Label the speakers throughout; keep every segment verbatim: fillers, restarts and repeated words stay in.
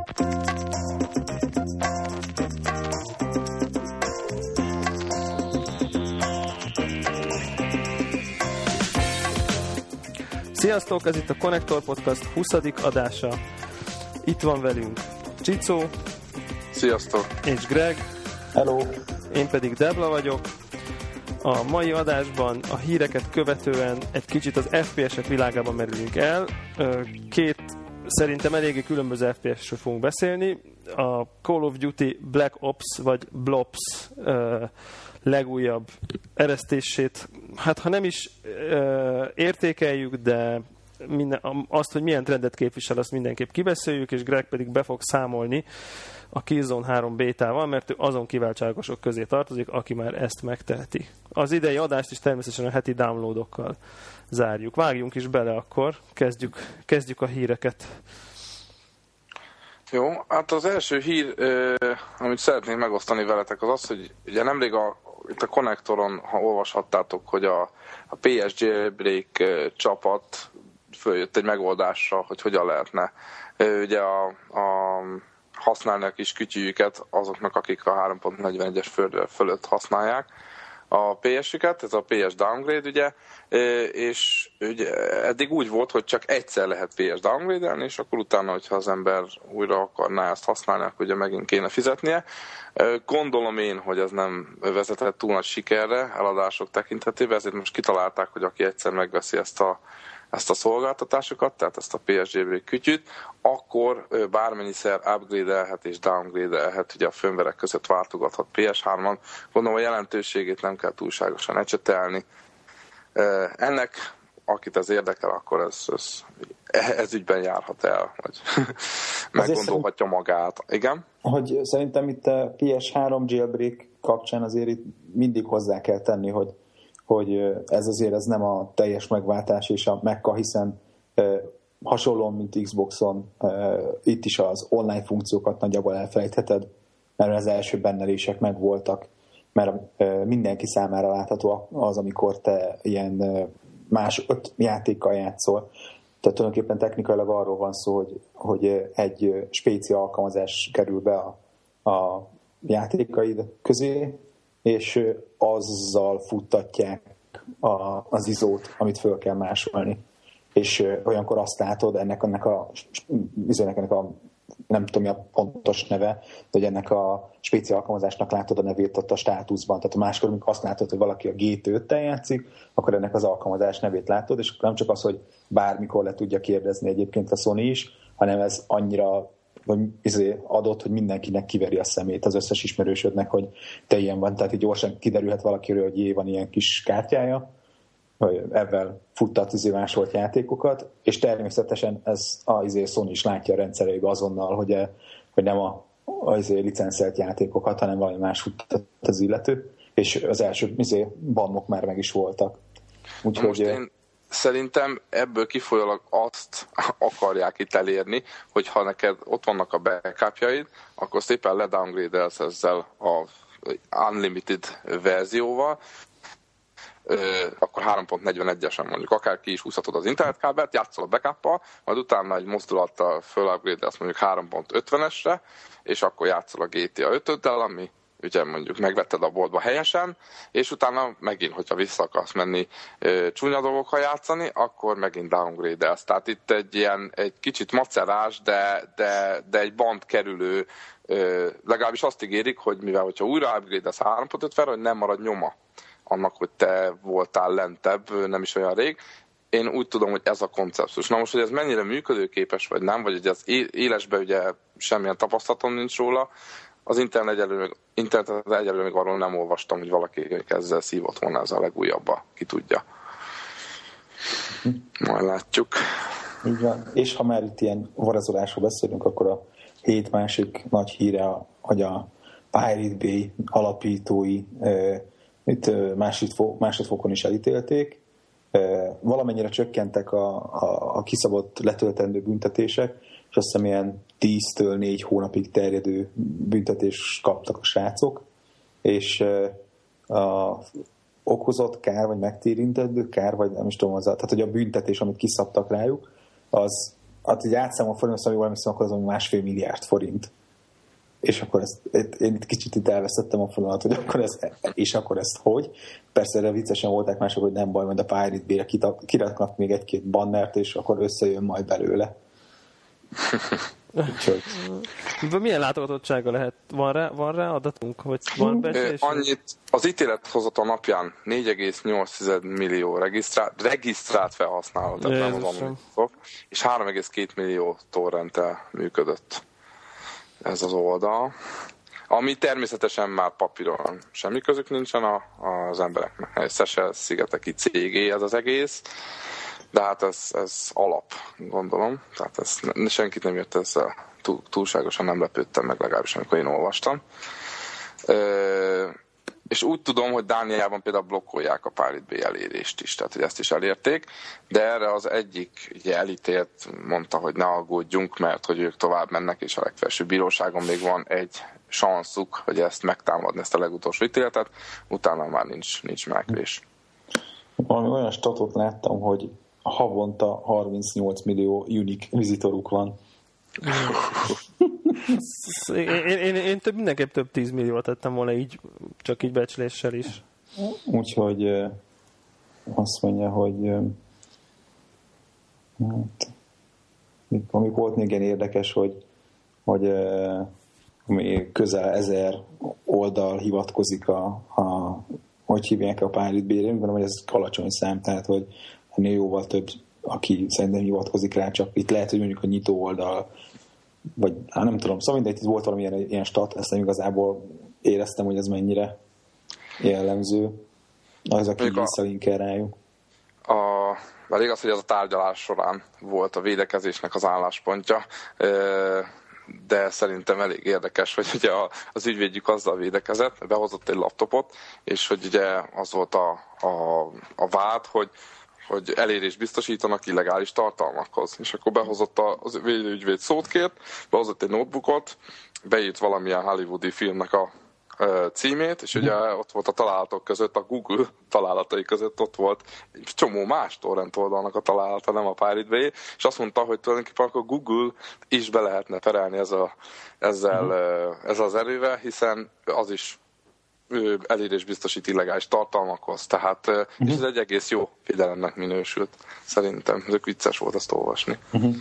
Speaker 1: Sziasztok, ez itt a Konnektor Podcast huszadik adása. Itt van velünk Csicó.
Speaker 2: Sziasztok.
Speaker 1: És Greg.
Speaker 3: Hello.
Speaker 1: Én pedig Debla vagyok. A mai adásban a híreket követően egy kicsit az ef pé es-ek világában merülünk el. Két szerintem eléggé különböző ef pé es-ről fogunk beszélni. A Call of Duty Black Ops vagy Blops legújabb eresztését, hát ha nem is ö, értékeljük, de minden, azt, hogy milyen trendet képvisel, azt mindenképp kibeszéljük, és Greg pedig be fog számolni a Killzone három bétával, mert ő azon kiváltságosok közé tartozik, aki már ezt megteheti. Az idei adást is természetesen a heti downloadokkal zárjuk. Vágjunk is bele akkor, kezdjük, kezdjük a híreket.
Speaker 2: Jó, hát az első hír, eh, amit szeretnék megosztani veletek, az az, hogy ugye nemrég a itt a Konnektoron, ha olvashattátok, hogy a, a pé es Jailbreak csapat följött egy megoldásra, hogy hogyan lehetne ugye a, a használni a kis kütyűjüket azoknak, akik a három pont negyvenegyes föl, fölött használják a pé es-üket, ez a pé es downgrade, ugye, és ugye eddig úgy volt, hogy csak egyszer lehet pé es downgrade-elni, és akkor utána, hogyha az ember újra akarná ezt használni, akkor ugye megint kéne fizetnie. Gondolom én, hogy ez nem vezetett túl nagy sikerre eladások tekintetében, ezért most kitalálták, hogy aki egyszer megveszi ezt a, ezt a szolgáltatásokat, tehát ezt a pé es Jailbreak kütyűt, akkor bármennyiszer upgrade-elhet és downgrade-elhet, ugye a firmware-ek között váltogathat pé es hárman. Gondolom a jelentőségét nem kell túlságosan ecsetelni. Ennek, akit ez érdekel, akkor ez, ez, ez ügyben járhat el, vagy meggondolhatja magát. Igen?
Speaker 3: Hogy szerintem itt a pé es három jailbreak kapcsán azért itt mindig hozzá kell tenni, hogy, hogy ez azért ez nem a teljes megváltás és a Mekka, hiszen eh, hasonlóan, mint Xboxon, eh, itt is az online funkciókat nagyjából elfelejtheted, mert az első bennelések megvoltak, mert eh, mindenki számára látható az, amikor te ilyen eh, más öt játékkal játszol. Tehát tulajdonképpen technikailag arról van szó, hogy, hogy egy spéci alkalmazás kerül be a, a játékaid közé, és azzal futtatják a, az izót, amit föl kell másolni. És olyankor azt látod, ennek, ennek a, ennek a nem tudom mi a pontos neve, de hogy ennek a spéci alkalmazásnak látod a nevét ott a státuszban. Tehát a máskor, amikor azt látod, hogy valaki a gé té öttel játszik, akkor ennek az alkalmazás nevét látod, és nem csak az, hogy bármikor le tudja kérdezni egyébként a Sony is, hanem ez annyira adott, hogy mindenkinek kiveri a szemét, az összes ismerősödnek, hogy te ilyen van. Tehát így gyorsan kiderülhet valakiről, hogy jé, van ilyen kis kártyája, hogy ebben futtat izé másolt játékokat, és természetesen ez a izé Sony is látja a rendszereibe azonnal, hogy, hogy nem a, a izé licenszelt játékokat, hanem valami más futtat az illető, és az első izé bannok már meg is voltak. Úgyhogy
Speaker 2: most én szerintem ebből kifolyólag azt akarják itt elérni, hogy ha neked ott vannak a backupjaid, akkor szépen ledowngrade-elsz ezzel a unlimited verzióval, akkor három pont negyvenegyesen mondjuk, akár ki is húzhatod az internetkábelt, játszol a backuppal, majd utána egy mozdulattal föl-upgrade-elsz mondjuk három pont ötvenesre, és akkor játszol a gé té á ötöddel, ami ugye mondjuk megvetted a boltba helyesen, és utána megint, hogyha vissza akarsz menni e, csúnya dolgokkal játszani, akkor megint downgrade-elsz. Tehát itt egy ilyen, egy kicsit macerás, de, de, de egy band kerülő, e, legalábbis azt ígérik, hogy mivel, hogyha újra upgrade-elsz három pont ötvenre, hogy nem marad nyoma annak, hogy te voltál lentebb, nem is olyan rég. Én úgy tudom, hogy ez a konceptus. Na most, hogy ez mennyire működőképes, vagy nem, vagy hogy az élesben ugye semmilyen tapasztalatom nincs róla, az internet egyelőre, internetet egyelőre még arról nem olvastam, hogy valaki ezzel szívott volna, ez a legújabba, ki tudja. Majd látjuk.
Speaker 3: Így van. És ha már itt ilyen varázsolásról beszélünk, akkor a hét másik nagy híre, hogy a Pirate Bay alapítói itt másodfokon is elítélték. Valamennyire csökkentek a, a, a kiszabott letöltendő büntetések, és azt hiszem ilyen tíztől négy hónapig terjedő büntetést kaptak a srácok, és a okozott kár, vagy megtérintendő kár, vagy nem is tudom, az a, tehát hogy a büntetés, amit kiszabtak rájuk, az hát így átszámol forint, szóval valami szóval akkor az másfél milliárd forint. És akkor ezt, én itt kicsit itt elvesztettem a fonalat, hogy akkor ez, és akkor ezt hogy? Persze erre viccesen voltak mások, hogy nem baj, majd a Pirate Bay-re kiraknak még egy-két bannert, és akkor összejön majd belőle. Úgyhogy...
Speaker 1: Milyen látogatottsága lehet? Van rá, van rá adatunk? Vagy van becslés?
Speaker 2: Annyit, az ítélethozatal napján négy egész nyolc millió regisztrált, regisztrált felhasználó, tehát nem az amitok, és három egész két millió torrenttel működött ez az oldal. Ami természetesen már papíron semmi közük nincsen a, az embereknek. Egy Seychelles-szigeteki cégé ez az egész, de hát ez, ez alap, gondolom. Tehát ez, senkit nem jött ezzel túl, túlságosan, nem lepődtem meg, legalábbis amikor én olvastam. Ö, és úgy tudom, hogy Dániában például blokkolják a Pirate Bay elérést is, tehát hogy ezt is elérték, de erre az egyik ugye, elítélt mondta, hogy ne aggódjunk, mert hogy ők tovább mennek, és a legfelsőbb bíróságon még van egy sanszuk, hogy ezt megtámadni, ezt a legutolsó ítéletet, utána már nincs, nincs menekvés.
Speaker 3: Valami olyan statot láttam, hogy havonta harmincnyolc millió unique vizitoruk van.
Speaker 1: én, én, én több, mindenképp több tíz milliót tettem volna így, csak így becsléssel is.
Speaker 3: Úgyhogy azt mondja, hogy hát, amik volt még ilyen érdekes, hogy, hogy ami közel ezer oldal hivatkozik a, a hogy hívják a Pirate Bay-re, gondolom, hogy ez alacsony szám, tehát hogy ennél jóval több, aki szerintem hivatkozik rá, csak itt lehet, hogy mondjuk a nyitó oldal, vagy hát nem tudom, szóval mindegy, itt volt valamilyen ilyen stat, ezt nem igazából éreztem, hogy ez mennyire jellemző. Az, aki visszalinkel rájuk.
Speaker 2: A, már igaz, hogy ez a tárgyalás során volt a védekezésnek az álláspontja, de szerintem elég érdekes, hogy ugye az ügyvédjük azzal védekezett, behozott egy laptopot, és hogy ugye az volt a, a, a vád, hogy hogy elérést biztosítanak illegális tartalmakhoz. És akkor behozott az ügyvéd szót kért, behozott egy notebookot, beírt valamilyen hollywoodi filmnek a címét, és ugye ott volt a találatok között, a Google találatai között ott volt egy csomó más torrent oldalnak a találata, nem a Pirate Bay, és azt mondta, hogy tulajdonképpen akkor Google is be lehetne perelni ezzel, ezzel, ezzel az erővel, hiszen az is elérés biztosít illegális tartalmakhoz, tehát uh-huh. és ez egy egész jó védelemnek minősült, szerintem. Ez vicces volt azt olvasni.
Speaker 3: Uh-huh.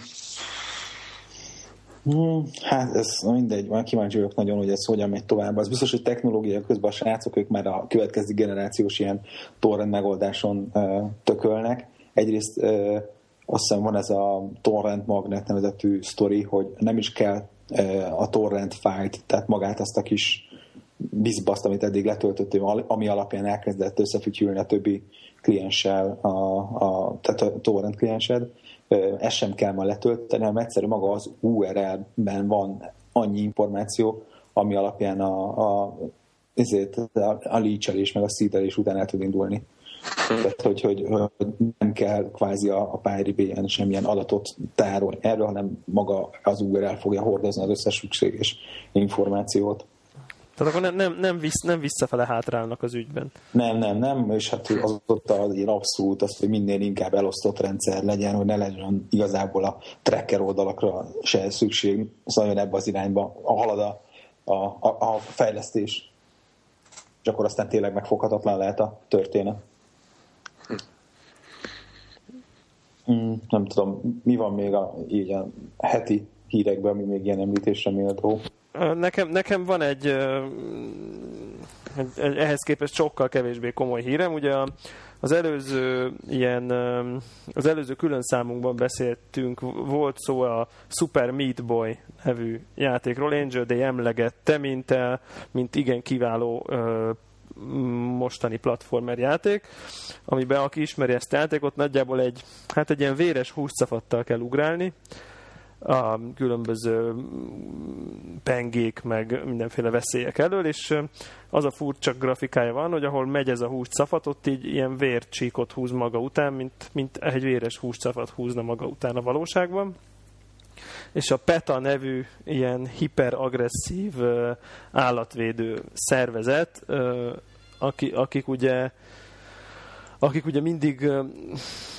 Speaker 3: Hmm, hát ez mindegy, van kíváncsi vagyok nagyon, hogy ez hogyan megy tovább. Az biztos, hogy technológia közben a srácok, ők már a következő generációs ilyen torrent megoldáson uh, tökölnek. Egyrészt uh, azt hiszem van ez a torrent magnet nevezetű sztori, hogy nem is kell uh, a torrent fájlt, tehát magát azt a kis bizbaszt, amit eddig letöltöttem, ami alapján elkezdett összefütyülni a többi klienssel, a, a, tehát a torrent kliensed. Ezt sem kell már letölteni, hanem egyszerű maga az u er el-ben van annyi információ, ami alapján a, a, ezért a, a leach-elés meg a seed-elés után el tud indulni. Tehát, hogy, hogy, hogy nem kell kvázi a, a Pirate Bay-en semmilyen adatot tárolni erről, hanem maga az u er el fogja hordozni az összes szükséges információt.
Speaker 1: Tehát akkor nem, nem, nem, vissz, nem visszafele hátrálnak az ügyben.
Speaker 3: Nem, nem, nem, és hát az ott az ilyen abszolút az, hogy minél inkább elosztott rendszer legyen, hogy ne legyen igazából a tracker oldalakra se szükség, szóval ebbe az irányba halad a, a, a, a fejlesztés. És akkor aztán tényleg megfoghatatlan lehet a történet. Mm, nem tudom, mi van még a, így a heti hírekben, ami még ilyen említésre méltó?
Speaker 1: Nekem, nekem van egy, egy, egy ehhez képest sokkal kevésbé komoly hírem. Ugye az előző ilyen, az előző külön számunkban beszéltünk, volt szó a Super Meat Boy nevű játékról. Angel Day emlegette, mint, mint igen kiváló mostani platformer játék, amiben aki ismeri ezt a játékot, nagyjából egy, hát egy ilyen véres húscafattal kell ugrálni, a különböző pengék, meg mindenféle veszélyek elől, és az a furcsa grafikája van, hogy ahol megy ez a húscafat, ott így ilyen vércsíkot húz maga után, mint, mint egy véres húscafat húzna maga után a valóságban. És a PETA nevű ilyen hiperagresszív állatvédő szervezet, akik ugye, akik ugye mindig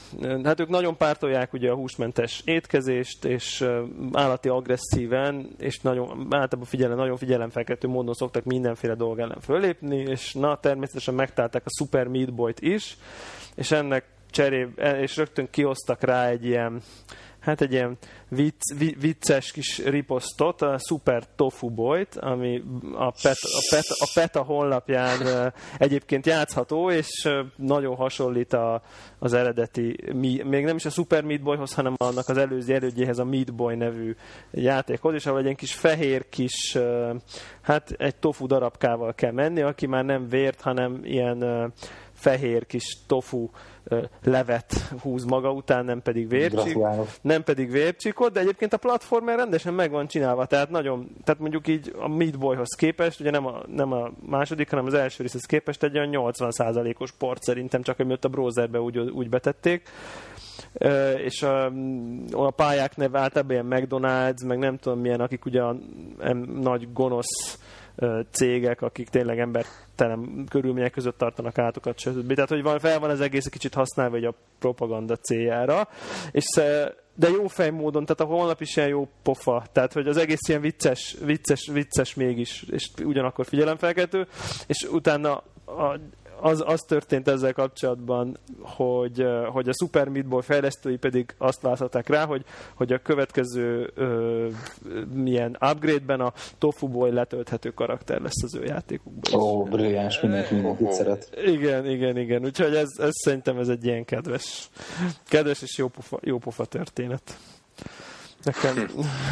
Speaker 1: hát ők nagyon pártolják ugye a húsmentes étkezést, és állati agresszíven, és nagyon, általában figyelem, nagyon figyelemfelkeltő módon szoktak mindenféle dolg ellen fölépni, és na, természetesen megtalálták a Super Meat Boy-t is, és ennek cserébe, és rögtön kihoztak rá egy ilyen, hát egy ilyen vicc, vicces kis riposztot, a Super Tofu Boy-t, ami a PETA, a PETA, a PETA honlapján egyébként játszható, és nagyon hasonlít a, az eredeti, még nem is a Super Meat Boyhoz, hanem annak az előző elődjéhez, a Meat Boy nevű játékhoz, és ahol egy ilyen kis fehér kis, hát egy tofu darabkával kell menni, aki már nem vért, hanem ilyen fehér kis tofu levet húz maga után, nem pedig vércsik, nem pedig vércsikot, de egyébként a platformer rendesen meg van csinálva, tehát nagyon, tehát mondjuk így a Meat Boyhoz képest, ugye nem a, nem a második, hanem az első részhez képest egy olyan nyolcvan százalékos port szerintem, csak amiatt a browserbe úgy, úgy betették. Uh, és a, a pályák neve általában ilyen McDonald's, meg nem tudom milyen, akik ugye a, a nagy gonosz uh, cégek, akik tényleg embertelen körülmények között tartanak állatokat, stb. Tehát, hogy van, fel van az egész kicsit használva egy a propaganda céljára, és de jó fej módon, tehát a honlap is ilyen jó pofa, tehát hogy az egész ilyen vicces, vicces, vicces mégis, és ugyanakkor figyelemfelkeltő, és utána a Az, az történt ezzel kapcsolatban, hogy, hogy a Super Meat Boy fejlesztői pedig azt választották rá, hogy, hogy a következő ö, milyen upgrade-ben a Tofu Boy letölthető karakter lesz az ő játékukban.
Speaker 3: Ó, oh, brilliáns, mindenki mindenkit szeret.
Speaker 1: Igen, igen, igen. Úgyhogy ez, ez szerintem ez egy ilyen kedves, kedves és jópofa, jópofa történet. Nekem,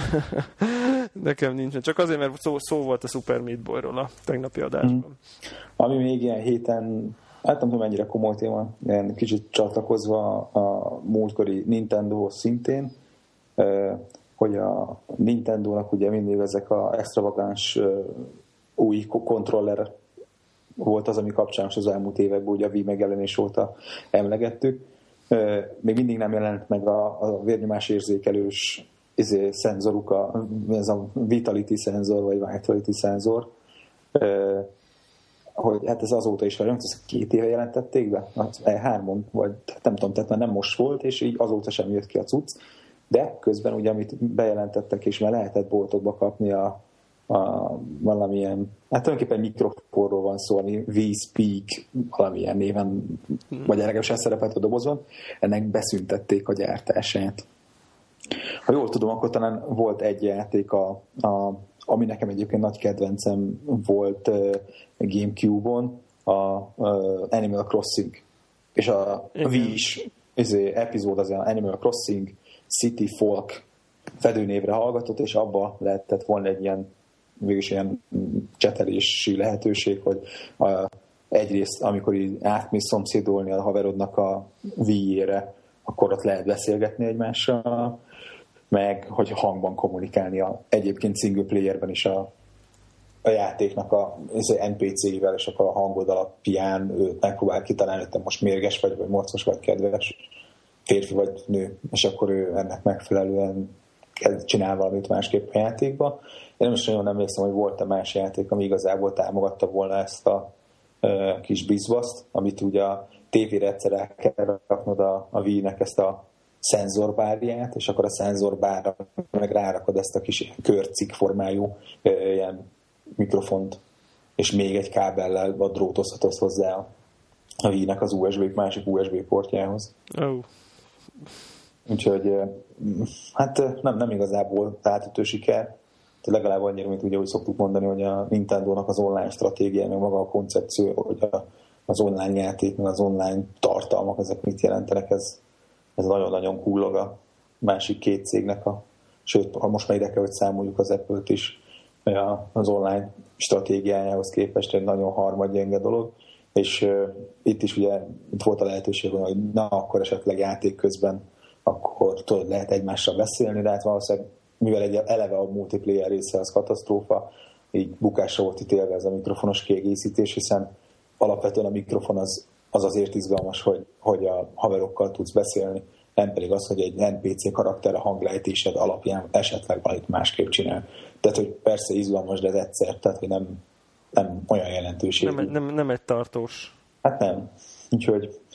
Speaker 1: nekem nincsen. Csak azért, mert szó, szó volt a Super Meat Boyról a tegnapi adásban. Mm.
Speaker 3: Ami még ilyen héten, hát nem tudom mennyire komoly téma, ilyen kicsit csatlakozva a múltkori Nintendo szintén, hogy a Nintendónak ugye mindig ezek a extravagáns új kontroller volt az, ami kapcsán az elmúlt években ugye a Wii megjelenés óta emlegettük. Még mindig nem jelent meg a, a vérnyomás érzékelős izé, szenzoruk, a, ez a Vitality szenzor, vagy Vitality szenzor, hogy hát ez azóta is van, ez két éve jelentették be, az E hármon, vagy nem tudom, tehát már nem most volt, és így azóta sem jött ki a cucc, de közben ugye, amit bejelentettek, és már lehetett boltokba kapni a, a valamilyen, hát tulajdonképpen mikrofonról van szó, ami V-Speak valamilyen néven, vagy legalábbis ez szerepelt a dobozon, ennek beszüntették a gyártását. Ha jól tudom, akkor talán volt egy játék, a, a, ami nekem egyébként nagy kedvencem volt uh, GameCube-on, a uh, Animal Crossing, és a Wii-s epizód az Animal Crossing City Folk fedőnévre hallgatott, és abba lehetett volna egy ilyen végülis ilyen csetelési lehetőség, hogy a, egyrészt, amikor így átmész szomszédolni a haverodnak a Wii-ére, akkor ott lehet beszélgetni egymással, meg hogy hangban kommunikálni a, egyébként single playerben is a, a játéknak a, az en pé cé-vel, és akkor a hangod alapján ő megpróbál kitalálni, hogy te most mérges vagy, vagy morcos vagy kedves, férfi vagy nő, és akkor ő ennek megfelelően csinál valamit másképp a játékban. Én nem is nagyon emlékszem, hogy volt-e más játék, ami igazából támogatta volna ezt a uh, kis bizbaszt, amit ugye a tévére egyszer el kell raknod a, a Wii-nek ezt a szenzorbárját, és akkor a szenzorbárra meg rárakod ezt a kis körcik formájú uh, ilyen mikrofont, és még egy kábellel vagy drótozhatod hozzá a, a Wii-nek az u es bé, másik u es bé portjához.
Speaker 1: Oh.
Speaker 3: Úgyhogy hát nem, nem igazából átütő siker, de legalább annyira, mint ugye úgy szoktuk mondani, hogy a Nintendónak az online stratégiája, meg maga a koncepció, hogy a, az online játék, meg az online tartalmak, ezek mit jelentenek, ez, ez nagyon-nagyon kullog a másik két cégnek a, sőt, ha most már ide kell, hogy számoljuk az Apple-t is, az online stratégiájához képest egy nagyon harmadgyenge dolog, és uh, itt is ugye itt volt a lehetőség, hogy na, akkor esetleg játék közben akkor tudod, lehet egymással beszélni, de hát valószínűleg, mivel egy eleve a multiplayer része az katasztrófa, így bukásra volt ítélve ez a mikrofonos kiegészítés, hiszen alapvetően a mikrofon az, az azért izgalmas, hogy, hogy a haverokkal tudsz beszélni, nem pedig az, hogy egy en pé cé karakter a hanglejtésed alapján esetleg valamit másképp csinál. Tehát, hogy persze izgalmas, de ez egyszer, tehát, hogy nem, nem olyan jelentőség.
Speaker 1: Nem, nem, nem egy tartós.
Speaker 3: Hát nem. Úgyhogy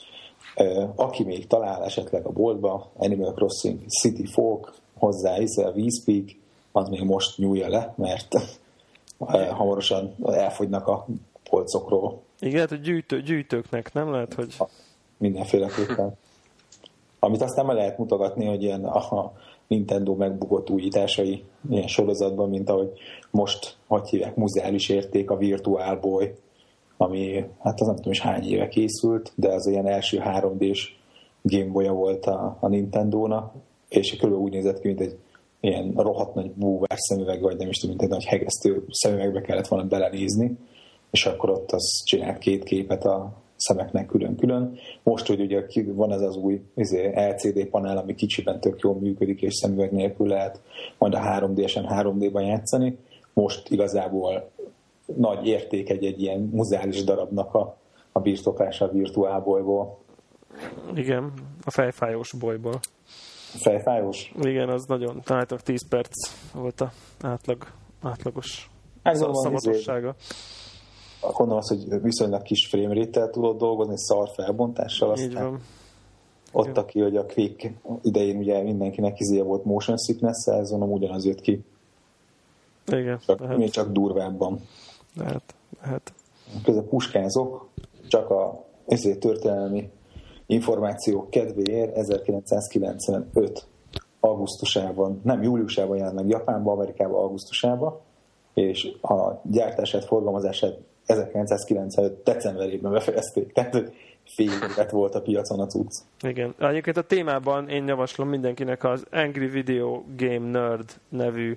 Speaker 3: Aki még talál esetleg a boltba, Animal Crossing City Folk, hozzá hisz a Vízpeak, az még most nyúlja le, mert hamarosan elfogynak a polcokról.
Speaker 1: Igen, hát a gyűjtő, gyűjtőknek nem lehet, hogy...
Speaker 3: Mindenféleképpen. Amit aztán meg lehet mutogatni, hogy ilyen a Nintendo megbukott újításai ilyen sorozatban, mint ahogy most, hogy hívják, muzeális érték a Virtual Boy, ami, hát az nem tudom is hány éve készült, de az ilyen első három dés Game Boy-ja volt a, a Nintendónak, és körülbelül úgy nézett ki, mint egy ilyen rohadt nagy búvár szemüveg, vagy nem is tudom, mint egy nagy hegesztő szemüvegbe kellett volna belenézni, és akkor ott az csinált két képet a szemeknek külön-külön. Most, hogy ugye van ez az új el cé dé panel, ami kicsiben tök jól működik, és szemüveg nélkül lehet majd a három dé-sen három dé-ban játszani, most igazából nagy érték egy, egy ilyen muzeális darabnak a, a birtoklása a Virtual Boyból.
Speaker 1: Igen, a fejfájós bolyból.
Speaker 3: Fejfájós?
Speaker 1: Igen, az nagyon, találtak tíz perc volt a átlag, átlagos szabadossága.
Speaker 3: Gondolom az, hogy viszonylag kis frame rate-tel tudod dolgozni, szar felbontással, aztán ott, igen. Aki, hogy a Quake idején ugye mindenkinek izéje volt motion sickness-szel, ez mondom ugyanaz jött ki.
Speaker 1: Igen.
Speaker 3: Csak, lehet. Még csak durvábban.
Speaker 1: Lehet, lehet.
Speaker 3: Közben puskázok, csak a ezért történelmi információk kedvéért ezerkilencszázkilencvenöt augusztusában, nem júliusában jelent meg Japánban, Amerikában augusztusában, és a gyártását, forgalmazását ezerkilencszázkilencvenöt decemberében befejezték. Tehát, hogy fél évet volt a piacon a cucc.
Speaker 1: Igen. Egyébként a témában én javaslom mindenkinek az Angry Video Game Nerd nevű,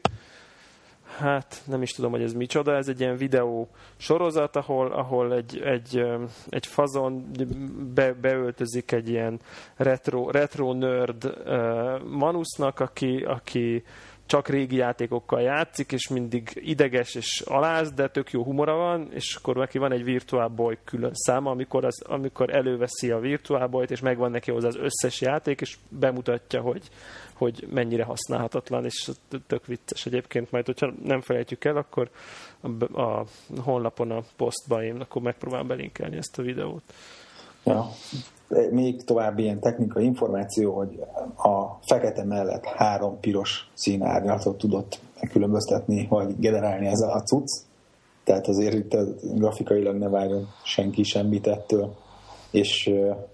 Speaker 1: hát nem is tudom, hogy ez micsoda, ez egy ilyen videó sorozat, ahol, ahol egy, egy, egy fazon be, beöltözik egy ilyen retro, retro nerd uh, manusznak, aki, aki csak régi játékokkal játszik, és mindig ideges és aláz, de tök jó humora van, és akkor neki van egy Virtual Boy külön száma, amikor, az, amikor előveszi a Virtual Boyt, és megvan neki hozzá az összes játék, és bemutatja, hogy, hogy mennyire használhatatlan, és tök vicces egyébként, majd hogyha nem felejtjük el, akkor a, a honlapon a posztban én akkor megpróbálom belinkelni ezt a videót.
Speaker 3: Ja. Még további ilyen technikai információ, hogy a fekete mellett három piros színárnyalatot tudott megkülönböztetni, vagy generálni ez a cucc. Tehát azért itt grafikailag ne várjon senki semmit ettől. És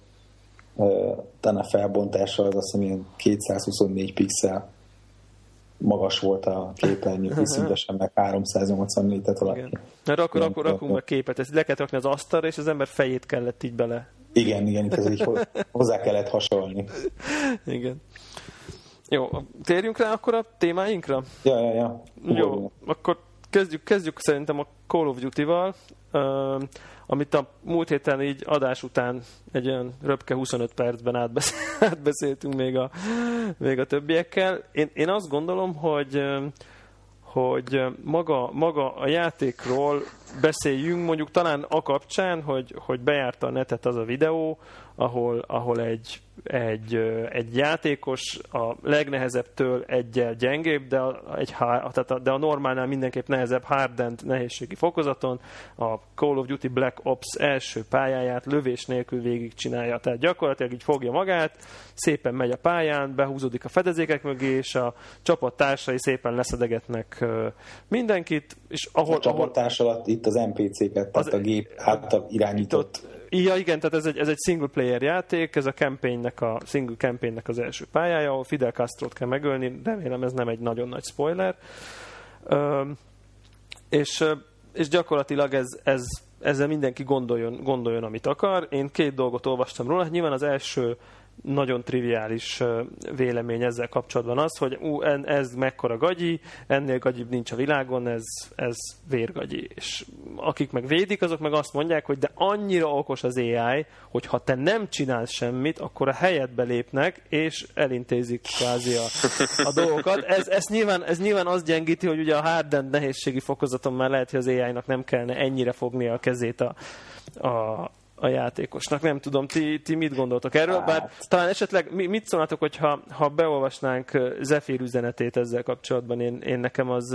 Speaker 3: talán a felbontása az azt hiszem ilyen kétszázhuszonnégy pixel magas volt a képernyő, viszintesen meg háromszáznyolcvannégy, tehát valaki.
Speaker 1: Mert akkor, akkor rakunk meg képet, ezt le kellett rakni az asztalra, és az ember fejét kellett így bele.
Speaker 3: Igen, igen, itt ez így hozzá kellett hasonlni.
Speaker 1: Igen. Jó, térjünk rá akkor a témáinkra?
Speaker 3: Ja, ja, ja.
Speaker 1: Jó, akkor kezdjük, kezdjük szerintem a Call of Duty-val, uh, amit a múlt héten így adás után egy olyan röpke huszonöt percben átbeszél, átbeszéltünk még a, még a többiekkel. Én, én azt gondolom, hogy hogy maga, maga a játékról beszéljünk, mondjuk talán a kapcsán, hogy, hogy bejárta a netet az a videó, ahol, ahol egy, egy, egy játékos a legnehezebbtől egyel gyengébb, de a, egy, tehát a, de a normálnál mindenképp nehezebb hardened nehézségi fokozaton a Call of Duty Black Ops első pályáját lövés nélkül végigcsinálja. Tehát gyakorlatilag így fogja magát, szépen megy a pályán, behúzódik a fedezékek mögé, és a csapattársai szépen leszedegetnek mindenkit. És ahol,
Speaker 3: a csapattárs alatt itt az en pé cé-ket, tehát az, a gép által irányított.
Speaker 1: Ja, igen, tehát ez egy, ez egy single player játék, ez a campaignnek a single campaignnek az első pályája, ahol Fidel Castrót kell megölni, remélem ez nem egy nagyon nagy spoiler. Üm, és, és gyakorlatilag ez, ez, ezzel mindenki gondoljon, gondoljon, amit akar. Én két dolgot olvastam róla. Nyilván az első nagyon triviális vélemény ezzel kapcsolatban az, hogy ú, ez mekkora gagyi, ennél gagyibb nincs a világon, ez, ez vérgagyi. És akik meg védik, azok meg azt mondják, hogy de annyira okos az á i, hogy ha te nem csinálsz semmit, akkor a helyedbe lépnek, és elintézik kvázi a, a dolgokat. Ez, ez, nyilván, ez nyilván azt gyengíti, hogy ugye a hardened nehézségi fokozaton már lehet, hogy az á i-nak nem kellene ennyire fognia a kezét a, a a játékosnak. Nem tudom, ti, ti mit gondoltok erről? Bár talán esetleg mit szólnátok, hogyha ha beolvasnánk Zephyr üzenetét ezzel kapcsolatban, én, én nekem az...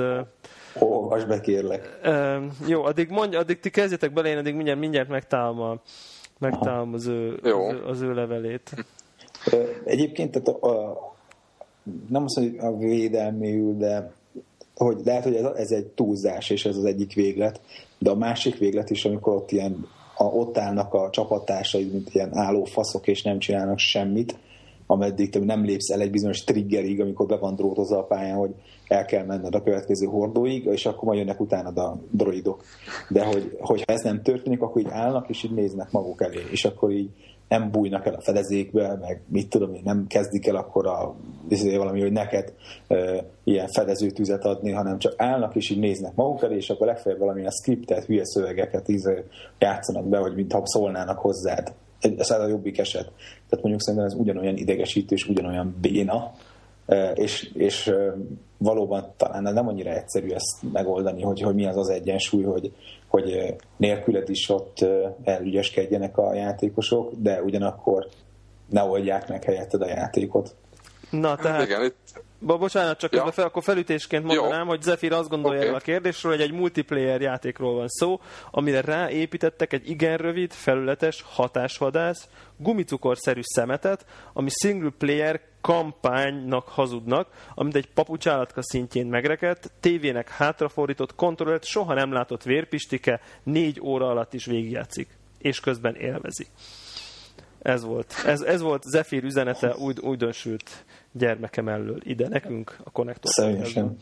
Speaker 3: Olvasd be, kérlek.
Speaker 1: Uh, jó, addig mondj, addig ti kezdjetek bele, én addig mindjárt, mindjárt megtalálom a, megtalálom az ő, az, ő, az ő levelét.
Speaker 3: Egyébként tehát a, a, nem azt mondom, hogy a védelméül, de hogy lehet, hogy ez, ez egy túlzás, és ez az egyik véglet, de a másik véglet is, amikor ott, ilyen, a, ott állnak a csapattársaid, mint ilyen álló faszok, és nem csinálnak semmit, ameddig te nem lépsz el egy bizonyos triggerig, amikor be van drótozva a pályán, hogy el kell menned a következő hordóig, és akkor majd jönnek utánad a droidok. De hogy, hogyha ez nem történik, akkor így állnak, és így néznek maguk elé, és akkor így nem bújnak el a fedezékbe, meg mit tudom én, nem kezdik el akkor a, valami, hogy neked e, ilyen fedezőtüzet adni, hanem csak állnak, és így néznek maguk elé, és akkor legfeljebb valamilyen scriptet, hülye szövegeket így játszanak be, hogy mintha szólnának hozzád. Ez a jobbik eset. Tehát mondjuk szerintem ez ugyanolyan idegesítő, és ugyanolyan béna, és, és valóban talán nem annyira egyszerű ezt megoldani, hogy, hogy mi az az egyensúly, hogy, hogy nélküled is ott elügyeskedjenek a játékosok, de ugyanakkor ne oldják meg helyetted a játékot.
Speaker 1: Na, tehát...
Speaker 2: Igen, itt...
Speaker 1: Bo- bocsánat, csak ja. fel, akkor felütésként mondanám, Jó. hogy Zephyr azt gondolja okay. el a kérdésről, hogy egy multiplayer játékról van szó, amire ráépítettek egy igen rövid, felületes, hatásvadász, gumicukorszerű szemetet, ami single player kampánynak hazudnak, amit egy papucsállatka szintjén megrekedt, tévének hátrafordított kontrollert, soha nem látott vérpistike négy óra alatt is végigjátszik, és közben élvezi. Ez volt. Ez, ez volt Zephyr üzenete új, újdonsült gyermekem elől ide nekünk a Konnektor.
Speaker 3: Szerintem.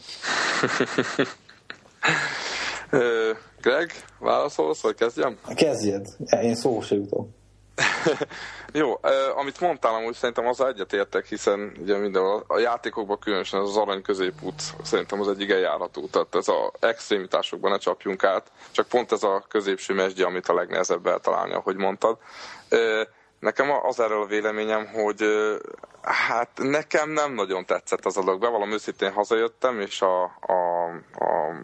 Speaker 2: Greg, válaszolsz, vagy kezdjem?
Speaker 3: Kezdjed. Én szó se jutom.
Speaker 2: Jó, eh, amit mondtál, amúgy szerintem azzal egyetértek, hiszen ugye mindenhol a játékokban különösen az arany középút szerintem az egy igen járható, tehát ez az extrémitásokban ne csapjunk át, csak pont ez a középső mesdje, amit a legnehezebb eltalálni, ahogy mondtad. Eh, Nekem az erről a véleményem, hogy hát nekem nem nagyon tetszett az a dolog. Bevallom őszintén hazajöttem, és a, a, a,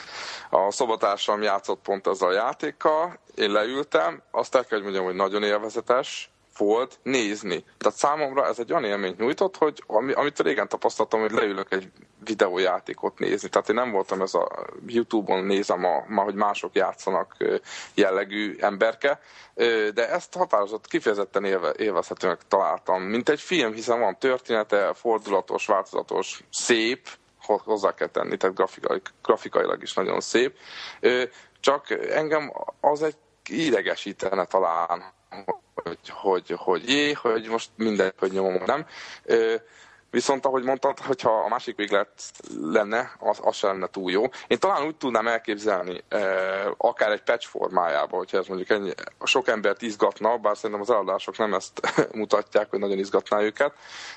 Speaker 2: a szobatársam játszott pont ezzel a játékkal. Én leültem, azt el kell, hogy mondjam, hogy nagyon élvezetes volt nézni. Tehát számomra ez egy olyan élményt nyújtott, hogy amit régen tapasztaltam, hogy leülök egy videójátékot nézni. Tehát én nem voltam ez a YouTube-on nézem, a, ma, hogy mások játszanak jellegű emberke, de ezt határozott, kifejezetten élve, élvezhetőnek találtam. Mint egy film, hiszen van története, fordulatos, változatos, szép, hozzá kell tenni, tehát grafikai, grafikailag is nagyon szép. Csak engem az egy idegesítene talán, hogy, hogy, hogy jé, hogy most mindegy, hogy nyomom, nem. Viszont ahogy mondtad, hogyha a másik véglet lenne, az, az sem lenne túl jó. Én talán úgy tudnám elképzelni, akár egy patch formájában, hogyha ez mondjuk ennyi, sok embert izgatna, bár szerintem az eladások nem ezt mutatják, hogy nagyon izgatná őket,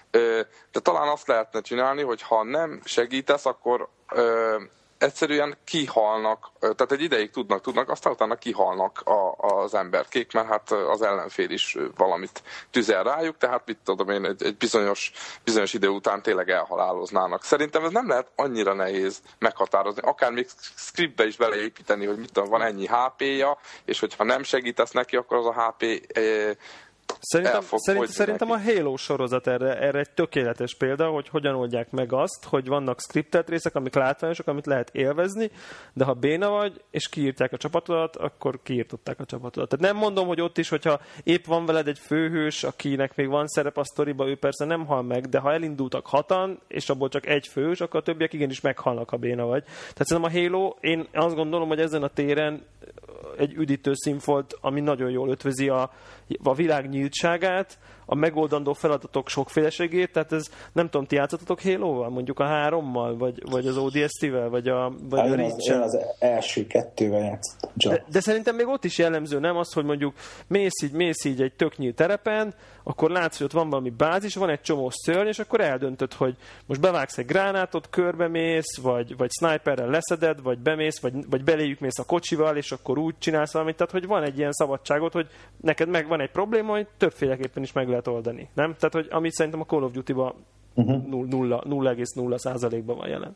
Speaker 2: de talán azt lehetne csinálni, hogy ha nem segítesz, akkor egyszerűen kihalnak, tehát egy ideig tudnak, tudnak, aztán utána kihalnak a, az emberkék, mert hát az ellenfél is valamit tüzel rájuk, tehát mit tudom én, egy, egy bizonyos, bizonyos idő után tényleg elhaláloznának. Szerintem ez nem lehet annyira nehéz meghatározni, akár még scriptbe is beleépíteni, hogy mit tudom, van ennyi há pé-ja, és hogyha nem segítesz neki, akkor az a há pé eh,
Speaker 1: Szerintem, szerint, szerintem a Halo sorozat erre, erre egy tökéletes példa, hogy hogyan oldják meg azt, hogy vannak scriptelt részek, amik látványosak, amit lehet élvezni, de ha béna vagy, és kiírták a csapatodat, akkor kiírtották a csapatodat. Tehát nem mondom, hogy ott is, hogyha épp van veled egy főhős, akinek még van szerep a sztoriba, ő persze nem hal meg, de ha elindultak hatan, és abból csak egy főhős, akkor a többiek igenis meghalnak, ha béna vagy. Tehát szerintem a Halo, én azt gondolom, hogy ezen a téren egy üdítő színfolt, ami nagyon jól ötvözi a, a világ nyíltságát, a megoldandó feladatok sokféleségét, tehát ez, nem tudom, ti játszottatok Halo-val, mondjuk a hárommal, vagy, vagy az o dé es té-vel, vagy a, vagy a Reach-el?
Speaker 3: Az, az első kettővel játszottam.
Speaker 1: De, de szerintem még ott is jellemző, nem az, hogy mondjuk mész így, mész így egy tök nyílt terepen, akkor látsz, hogy ott van valami bázis, van egy csomó szörny, és akkor eldöntöd, hogy most bevágsz egy gránátot, körbe mész, vagy, vagy sniperrel leszeded, vagy bemész, vagy, vagy beléjük mész a kocsival, és akkor úgy csinálsz valamit, tehát hogy van egy ilyen szabadságot, hogy neked meg van egy probléma, hogy többféleképpen is meg lehet oldani, nem? Tehát, hogy amit szerintem a Call of Duty-ban uh-huh. nulla egész nulla százalékban van jelen.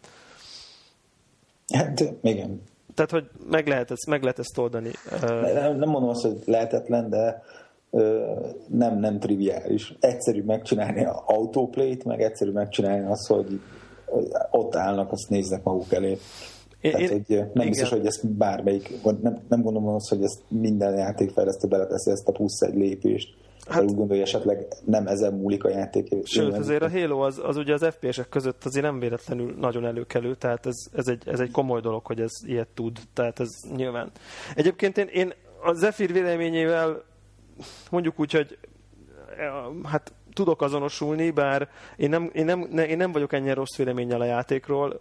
Speaker 3: Hát, igen.
Speaker 1: Tehát, hogy meg lehet ezt, meg lehet ezt oldani.
Speaker 3: Nem, nem mondom azt, hogy lehetetlen, de nem, nem triviális. Egyszerű megcsinálni az autoplay-t, meg egyszerű megcsinálni azt, hogy ott állnak, azt néznek maguk elé. Én, Tehát, hogy nem igen. biztos, hogy ezt bármelyik, nem, nem gondolom azt, hogy ezt minden játékfejlesztő beleteszi ezt a plusz egy lépést. Hát, úgy gondolja, esetleg nem ezen múlik a játék.
Speaker 1: Sőt, azért a Halo az, az ugye az ef pé esek között azért nem véletlenül nagyon előkelő, tehát ez, ez, egy, ez egy komoly dolog, hogy ez ilyet tud, tehát ez nyilván. Egyébként én, én a Zephyr véleményével mondjuk úgy, hogy hát tudok azonosulni, bár én nem, én nem, én nem vagyok ennyire rossz véleménnyel a játékról,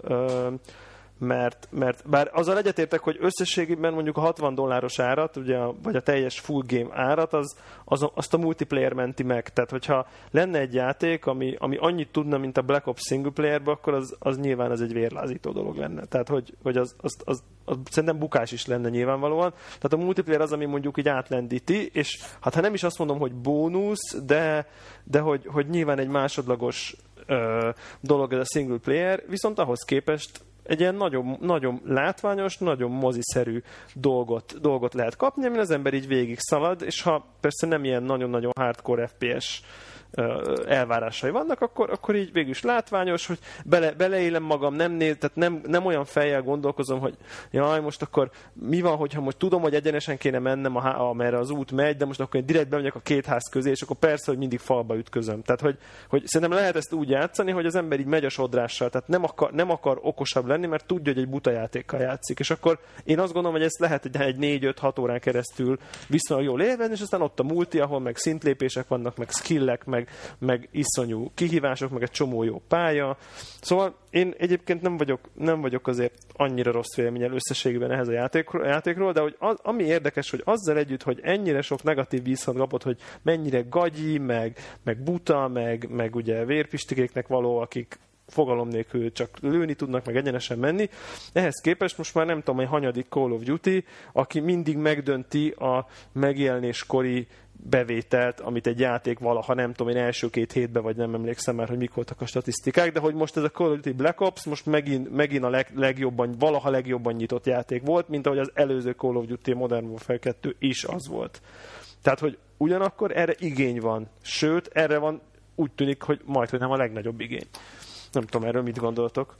Speaker 1: mert, mert bár azzal egyetértek, hogy összességében mondjuk a hatvan dolláros árat, ugye, vagy a teljes full game árat, az, az, azt a multiplayer menti meg. Tehát, hogyha lenne egy játék, ami, ami annyit tudna, mint a Black Ops single playerbe, akkor az, az nyilván ez egy vérlázító dolog lenne. Tehát, hogy, hogy az, az, az, az szerintem bukás is lenne nyilvánvalóan. Tehát a multiplayer az, ami mondjuk így átlendíti, és hát ha nem is azt mondom, hogy bónusz, de, de hogy, hogy nyilván egy másodlagos ö, dolog ez a single player, viszont ahhoz képest egy ilyen nagyon, nagyon látványos, nagyon moziszerű dolgot, dolgot lehet kapni, amin az ember így végig szalad, és ha persze nem ilyen nagyon-nagyon hardcore ef pé es elvárásai vannak, akkor, akkor így végül is látványos, hogy bele, beleélem magam, nem néz, tehát nem, nem olyan fejjel gondolkozom, hogy jaj, most akkor mi van, hogyha most tudom, hogy egyenesen kéne mennem, a, amerre az út megy, de most akkor én direkt bemegyek a két ház közé, és akkor persze, hogy mindig falba ütközöm. Tehát, hogy, hogy szerintem lehet ezt úgy játszani, hogy az ember így megy a sodrással, tehát nem akar, nem akar okosabb lenni, mert tudja, hogy egy buta játékkal játszik. És akkor én azt gondolom, hogy ez lehet egy, egy négy-öt-hat órán keresztül viszonylag jól élven, és aztán ott a multi, ahol meg szintlépések vannak, meg skillek, meg meg iszonyú kihívások, meg egy csomó jó pálya. Szóval én egyébként nem vagyok, nem vagyok azért annyira rossz véleményel összességében ehhez a játékról, a játékról, de hogy az, ami érdekes, hogy azzal együtt, hogy ennyire sok negatív vízhang kapott, hogy mennyire gagyi, meg, meg buta, meg, meg ugye vérpistikéknek való, akik fogalom nélkül csak lőni tudnak, meg egyenesen menni. Ehhez képest most már nem tudom, hogy hanyadik Call of Duty, aki mindig megdönti a megjelenéskori bevételt, amit egy játék valaha, nem tudom én, első két hétben, vagy nem emlékszem már, hogy mik voltak a statisztikák, de hogy most ez a Call of Duty Black Ops most megint, megint a leg, legjobban, valaha legjobban nyitott játék volt, mint ahogy az előző Call of Duty Modern Warfare kettő is az volt. Tehát, hogy ugyanakkor erre igény van. Sőt, erre van, úgy tűnik, hogy majd, hogy nem a legnagyobb igény. Nem tudom, erről mit gondoltok?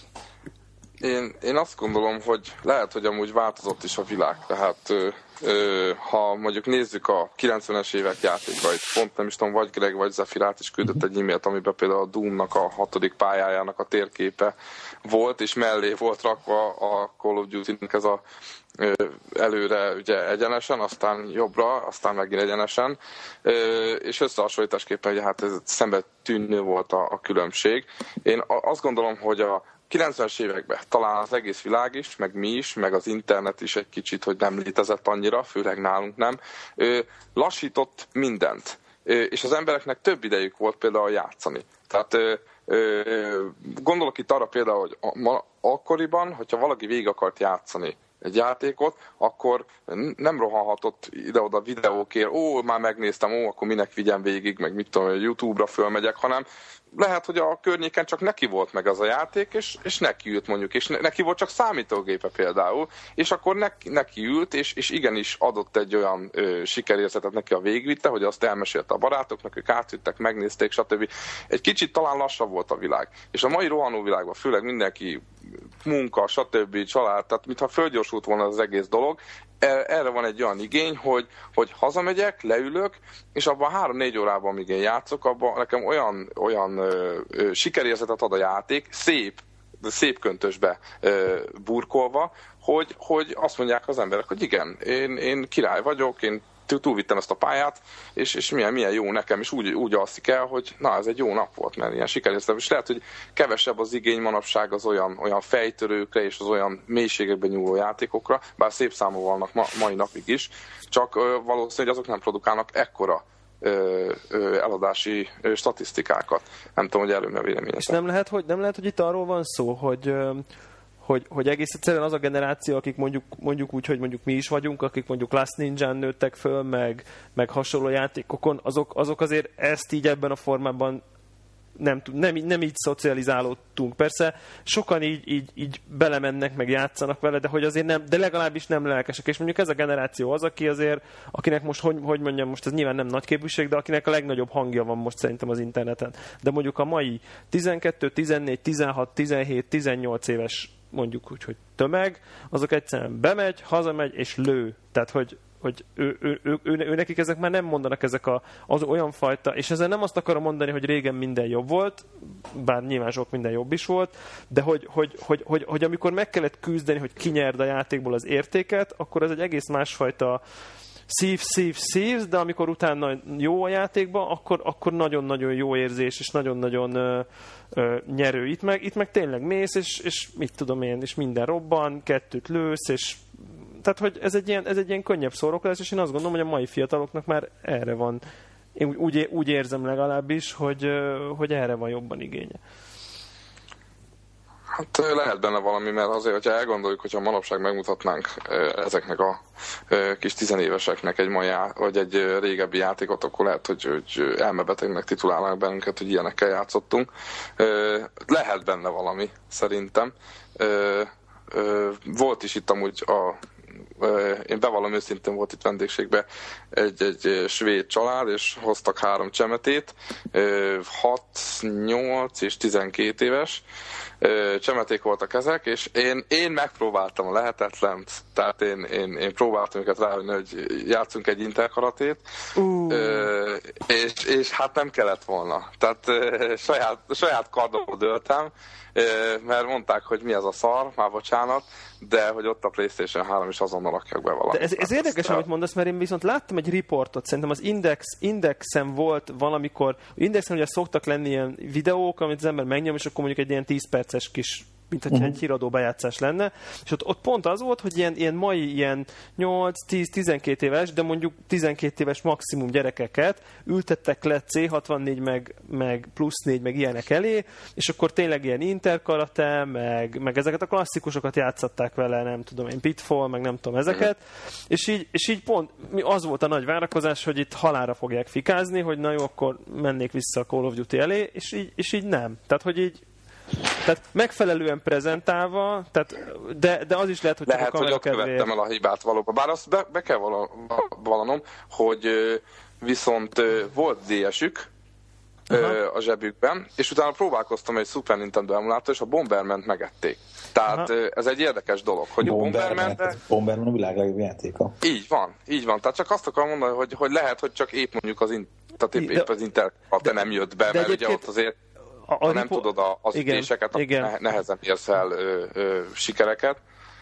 Speaker 2: Én, én azt gondolom, hogy lehet, hogy amúgy változott is a világ. Tehát ö, ö, ha mondjuk nézzük a kilencvenes évek játékait, pont nem is tudom, vagy Greg, vagy Zephyr át is küldött egy e-mailt, amiben például a Doom-nak a hatodik pályájának a térképe volt, és mellé volt rakva a Call of Duty-nek ez a ö, előre ugye egyenesen, aztán jobbra, aztán megint egyenesen, ö, és összehasonlításképpen ugye, hát ez szembe tűnő volt a, a különbség. Én azt gondolom, hogy a kilencvenes években talán az egész világ is, meg mi is, meg az internet is egy kicsit, hogy nem létezett annyira, főleg nálunk nem, lassított mindent. És az embereknek több idejük volt például játszani. Tehát gondolok itt arra például, hogy akkoriban, hogyha valaki végig akart játszani egy játékot, akkor nem rohanhatott ide-oda videókért, ó, már megnéztem, ó, akkor minek vigyem végig, meg mit tudom, YouTube-ra fölmegyek, hanem lehet, hogy a környéken csak neki volt meg az a játék, és, és neki ült mondjuk, és neki volt csak számítógépe például, és akkor neki, neki ült, és, és igenis adott egy olyan ö, sikerérzetet neki a végvitte, hogy azt elmesélte a barátoknak, ők átvittek, megnézték, stb. Egy kicsit talán lassabb volt a világ. És a mai rohanó világban főleg mindenki munka, stb. Család, tehát mintha fölgyorsult volna az egész dolog, erre van egy olyan igény, hogy, hogy hazamegyek, leülök, és abban három-négy órában, amíg én játszok, abban nekem olyan, olyan ö, ö, sikerérzetet ad a játék, szép, de szép köntösbe ö, burkolva, hogy, hogy azt mondják az emberek, hogy igen, én, én király vagyok, én túlvittem ezt a pályát, és, és milyen, milyen jó nekem, és úgy, úgy alszik el, hogy na, ez egy jó nap volt, mert ilyen sikerérzetem, és lehet, hogy kevesebb az igény manapság az olyan, olyan fejtörőkre, és az olyan mélységekben nyúló játékokra, bár szép számú vannak ma, mai napig is, csak ö, valószínűleg azok nem produkálnak ekkora ö, ö, eladási ö, statisztikákat. Nem tudom, hogy előbb a véleményetek.
Speaker 1: És nem lehet, hogy, nem lehet, hogy itt arról van szó, hogy ö... Hogy, hogy egész egyszerűen az a generáció, akik mondjuk, mondjuk úgy, hogy mondjuk mi is vagyunk, akik mondjuk Last Ninján nőttek föl, meg, meg hasonló játékokon, azok, azok azért ezt így ebben a formában nem, nem, nem így szocializálódtunk. Persze sokan így, így, így belemennek, meg játszanak vele, de hogy azért nem, de legalábbis nem lelkesek. És mondjuk ez a generáció az, aki azért, akinek most, hogy, hogy mondjam, most ez nyilván nem nagy képviség, de akinek a legnagyobb hangja van most szerintem az interneten. De mondjuk a mai tizenkettő, tizennégy, tizenhat, tizenhét, tizennyolc éves mondjuk úgy, hogy tömeg, azok egyszerűen bemegy, hazamegy és lő. Tehát, hogy hogy ő, ő, ő, ő, ő nekik ezek már nem mondanak ezek a, az olyan fajta, és ezzel nem azt akarom mondani, hogy régen minden jobb volt, bár nyilván sok minden jobb is volt, de hogy, hogy, hogy, hogy, hogy amikor meg kellett küzdeni, hogy ki nyerd a játékból az értéket, akkor ez egy egész másfajta szív, szív, szív, de amikor utána jó a játékban, akkor, akkor nagyon-nagyon jó érzés, és nagyon-nagyon ö, ö, nyerő. Itt meg, itt meg tényleg mész, és, és mit tudom én, és minden robban, kettőt lősz, és tehát, hogy ez egy ilyen, ez egy ilyen könnyebb szórakozás, és én azt gondolom, hogy a mai fiataloknak már erre van, én úgy, úgy érzem legalábbis, hogy, hogy erre van jobban igénye.
Speaker 2: Hát lehet benne valami, mert azért, hogyha elgondoljuk, hogyha manapság megmutatnánk ezeknek a kis tizenéveseknek egy mai, vagy egy régebbi játékot, akkor lehet, hogy, hogy elmebetegnek titulálnak bennünket, hogy ilyenekkel játszottunk. Lehet benne valami, szerintem. Volt is itt amúgy a én bevallom őszintén, volt itt vendégségben egy, egy svéd család, és hoztak három csemetét, hat, nyolc és tizenkét éves csemeték voltak ezek, és én, én megpróbáltam a lehetetlent, tehát én, én, én próbáltam őket rávenni, hogy játszunk egy interkaratét, uh. és, és hát nem kellett volna. Tehát saját, saját kardomból dőltem, mert mondták, hogy mi ez a szar, már bocsánat, de hogy ott a PlayStation három is azonnal rakják be valamit.
Speaker 1: De ez, ez érdekes, amit mondasz, mert én viszont láttam egy riportot, szerintem az Index, Indexen volt valamikor, Indexen ugye szoktak lenni ilyen videók, amit az ember megnyom, és akkor mondjuk egy ilyen tíz perces kis, mint hogyha uh-huh. egy híradó bejátszás lenne, és ott, ott pont az volt, hogy ilyen, ilyen mai ilyen nyolc, tíz, tizenkét éves, de mondjuk tizenkét éves maximum gyerekeket ültettek le cé hatvannégy, meg, meg plusz négy, meg ilyenek elé, és akkor tényleg ilyen interkarate, meg, meg ezeket a klasszikusokat játszatták vele, nem tudom én, Pitfall, meg nem tudom ezeket, és így, és így pont az volt a nagy várakozás, hogy itt halálra fogják fikázni, hogy na jó, akkor mennék vissza a Call of Duty elé, és így, és így nem. Tehát, hogy így tehát megfelelően prezentálva, tehát, de, de az is lehet, hogy
Speaker 2: lehet,
Speaker 1: csak a kamera
Speaker 2: hogy ott követtem el a hibát valóban. Bár azt be, be kell vallanom, hogy viszont volt dé es-ük uh-huh. a zsebükben, és utána próbálkoztam egy Super Nintendo emulátor, és a Bomberman-t megették. Tehát uh-huh. ez egy érdekes dolog, hogy
Speaker 3: Bomberman,
Speaker 2: a Bomberman...
Speaker 3: Bomberman a világ legjobb játéka.
Speaker 2: Így van, így van. Tehát csak azt akarom mondani, hogy, hogy lehet, hogy csak épp mondjuk az, in, tehát épp, épp az Inter de, nem jött be, mert ugye ott azért A, a ha nem ripo- tudod az ütéseket, akkor nehezen érsz el ö, ö, sikereket.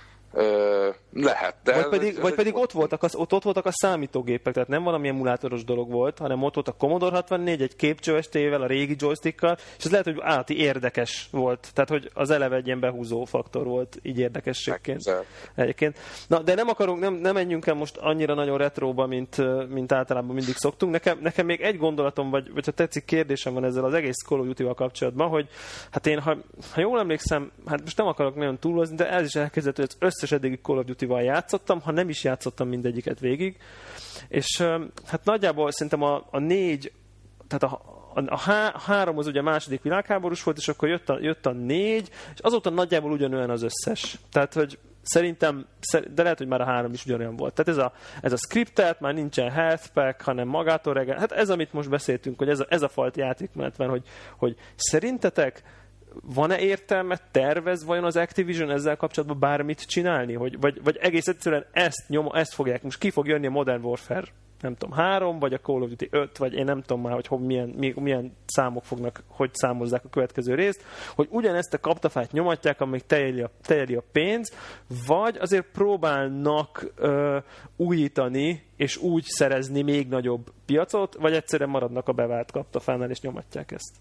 Speaker 2: Ö, lehet, de...
Speaker 1: Vagy
Speaker 2: ez,
Speaker 1: pedig,
Speaker 2: ez
Speaker 1: vagy
Speaker 2: egy
Speaker 1: pedig ott, voltak az, ott, ott voltak a számítógépek, tehát nem valami emulátoros dolog volt, hanem ott volt a Commodore hatvannégy, egy képcsöves tévével, a régi joystickkal, és ez lehet, hogy állati érdekes volt. Tehát, hogy az eleve egy ilyen behúzó faktor volt, így érdekességként. Egyébként. Na, de nem akarunk, nem, nem menjünk el most annyira nagyon retróba, mint, mint általában mindig szoktunk. Nekem, nekem még egy gondolatom, vagy, vagy ha tetszik, kérdésem van ezzel az egész Call of Duty-val kapcsolatban, hogy hát én, ha, ha jól emlékszem, hát most nem akarok nagyon túlozni, de ez is elkezdett, hogy az összes eddigi Call of Duty-val játszottam, ha nem is játszottam mindegyiket végig. És hát nagyjából szerintem a, a négy, tehát a, a, a há, három az ugye a második világháborús volt, és akkor jött a, jött a négy, és azóta nagyjából ugyanolyan az összes. Tehát, hogy szerintem, de lehet, hogy már a három is ugyanolyan volt. Tehát ez a, ez a scriptet, már nincsen health pack, hanem magától reggel. Hát ez, amit most beszéltünk, hogy ez a, ez a fajta játékmenetben, hogy, hogy szerintetek van-e értelme, tervez vajon az Activision ezzel kapcsolatban bármit csinálni? Hogy, vagy, vagy egész egyszerűen ezt, nyom, ezt fogják, most ki fog jönni a Modern Warfare, nem tudom, három, vagy a Call of Duty öt, vagy én nem tudom már, hogy hol, milyen, milyen számok fognak, hogy számozzák a következő részt, hogy ugyanezt a kaptafát nyomatják, amíg teljeli a, teljeli a pénz, vagy azért próbálnak ö, újítani, és úgy szerezni még nagyobb piacot, vagy egyszerűen maradnak a bevált kaptafánál, és nyomatják ezt.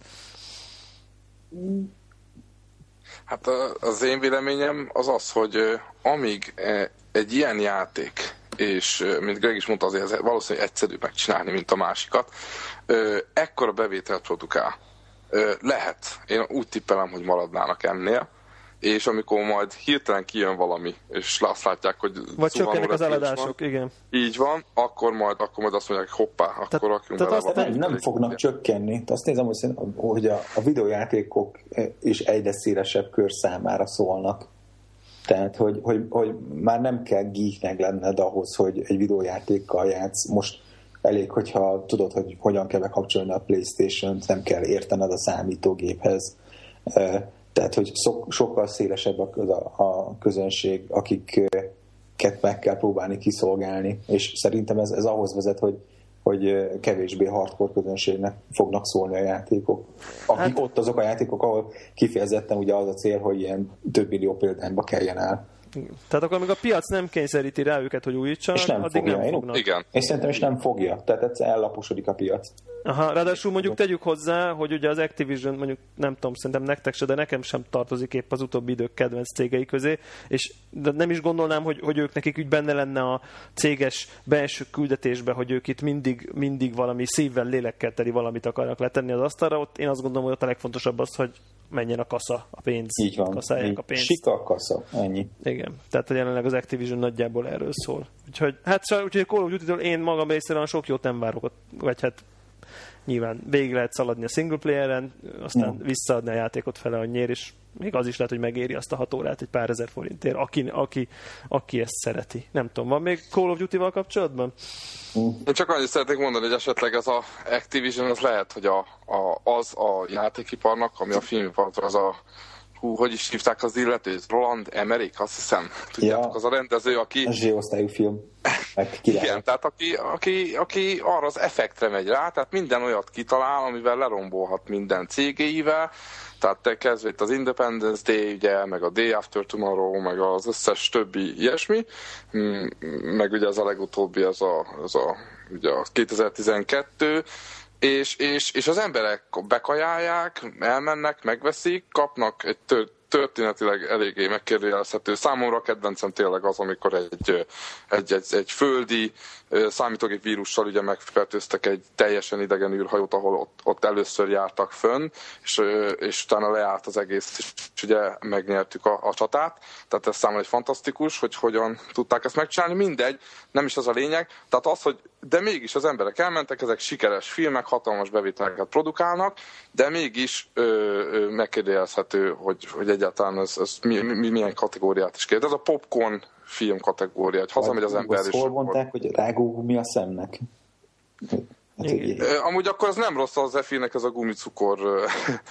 Speaker 2: Hát az én véleményem az az, hogy amíg egy ilyen játék, és mint Greg is mondta, azért valószínűleg egyszerűbb megcsinálni, mint a másikat, ekkora bevételt produkál. Lehet. Én úgy tippelem, hogy maradnának ennél, és amikor majd hirtelen kijön valami, és azt látják, hogy
Speaker 1: vagy csökkennek az eladások, igen.
Speaker 2: Így van, akkor majd, akkor majd azt mondják, hoppá, akkor Te, rakjunk bele
Speaker 3: valamit. Nem, nem fognak csökkenni. Azt nézem, hogy, hogy a, a videójátékok is egyre szélesebb kör számára szólnak. Tehát, hogy, hogy, hogy már nem kell geeknek lenned ahhoz, hogy egy videójátékkal játsz. Most elég, hogyha tudod, hogy hogyan kell bekapcsolni a PlayStation-t, nem kell értened a számítógéphez. Tehát, hogy szok, sokkal szélesebb a, a közönség, akiket meg kell próbálni kiszolgálni, és szerintem ez, ez ahhoz vezet, hogy hogy kevésbé hardcore közönségnek fognak szólni a játékok. Akik hát, ott azok a játékok, ahol kifejezetten ugye az a cél, hogy ilyen több millió példányba keljen el.
Speaker 1: Tehát akkor még a piac nem kényszeríti rá őket, hogy újítsanak,
Speaker 3: nem
Speaker 1: addig
Speaker 3: fogja.
Speaker 1: nem fognak.
Speaker 2: Igen.
Speaker 3: És szerintem is nem fogja. Tehát egyszer ellaposodik a piac.
Speaker 1: Aha, ráadásul mondjuk tegyük hozzá, hogy ugye az Activision, mondjuk nem tudom, szerintem nektek se, de nekem sem tartozik épp az utóbbi idők kedvenc cégei közé, és de nem is gondolnám, hogy, hogy ők nekik úgy benne lenne a céges belső küldetésbe, hogy ők itt mindig, mindig valami szívvel, lélekkel teli valamit akarnak letenni az asztalra. Ott én azt gondolom, hogy ott a legfontosabb az, hogy menjen a kasza, a pénz.
Speaker 3: Így van.
Speaker 1: Kasszálják a pénzt.
Speaker 3: Sika a kasza, ennyi.
Speaker 1: Igen. Tehát jelenleg az Activision nagyjából erről szól. Úgyhogy, hát úgyhogy Call of Duty-től én magam részéről sok jót nem várok, vagy hát nyilván végig lehet szaladni a single playeren, aztán no. visszaadni a játékot fele annyiért, és még az is lehet, hogy megéri azt a hat órát egy pár ezer forintért, aki, aki, aki ezt szereti. Nem tudom, van még Call of Duty-val kapcsolatban?
Speaker 2: Én csak annyit szeretnék mondani, hogy esetleg ez a Activision, az lehet, hogy a, a, az a játékiparnak, ami a filmipartól, az a hú, hogy is hívták az illetőt? Roland Emmerich, azt hiszem. Tudjátok, ja, az a rendező, aki...
Speaker 3: A zsé-osztályú film.
Speaker 2: Igen, tehát aki, aki, aki arra az effektre megy rá, tehát minden olyat kitalál, amivel lerombolhat minden cégéivel, tehát te kezdve itt az Independence Day, ugye, meg a Day After Tomorrow, meg az összes többi ilyesmi, meg ugye az a legutóbbi, az a, az a, ugye a kétezer-tizenkettő, És, és, és az emberek bekajálják, elmennek, megveszik, kapnak egy tört, történetileg eléggé megkérdőjelezhető. Számomra a kedvencem tényleg az, amikor egy, egy, egy, egy földi számítógép vírussal ugye megfertőztek egy teljesen idegen űrhajót, ahol ott, ott először jártak fönn, és, és utána leállt az egész, és ugye megnyertük a, a csatát. Tehát ez számomra egy fantasztikus, hogy hogyan tudták ezt megcsinálni. Mindegy, nem is az a lényeg. Tehát az, hogy de mégis az emberek elmentek, ezek sikeres filmek, hatalmas bevételeket produkálnak, de mégis ö, ö, megkérdőjelezhető, hogy, hogy egyáltalán ez, ez mi, mi, milyen kategóriát is kérdez. Ez a popcorn film kategória, hogy hazamegy az ember is.
Speaker 3: Hol mondták, hogy rágógumi a szemnek?
Speaker 2: Hát, amúgy akkor az nem rossz az Zephyr-nek ez a gumicukor ö,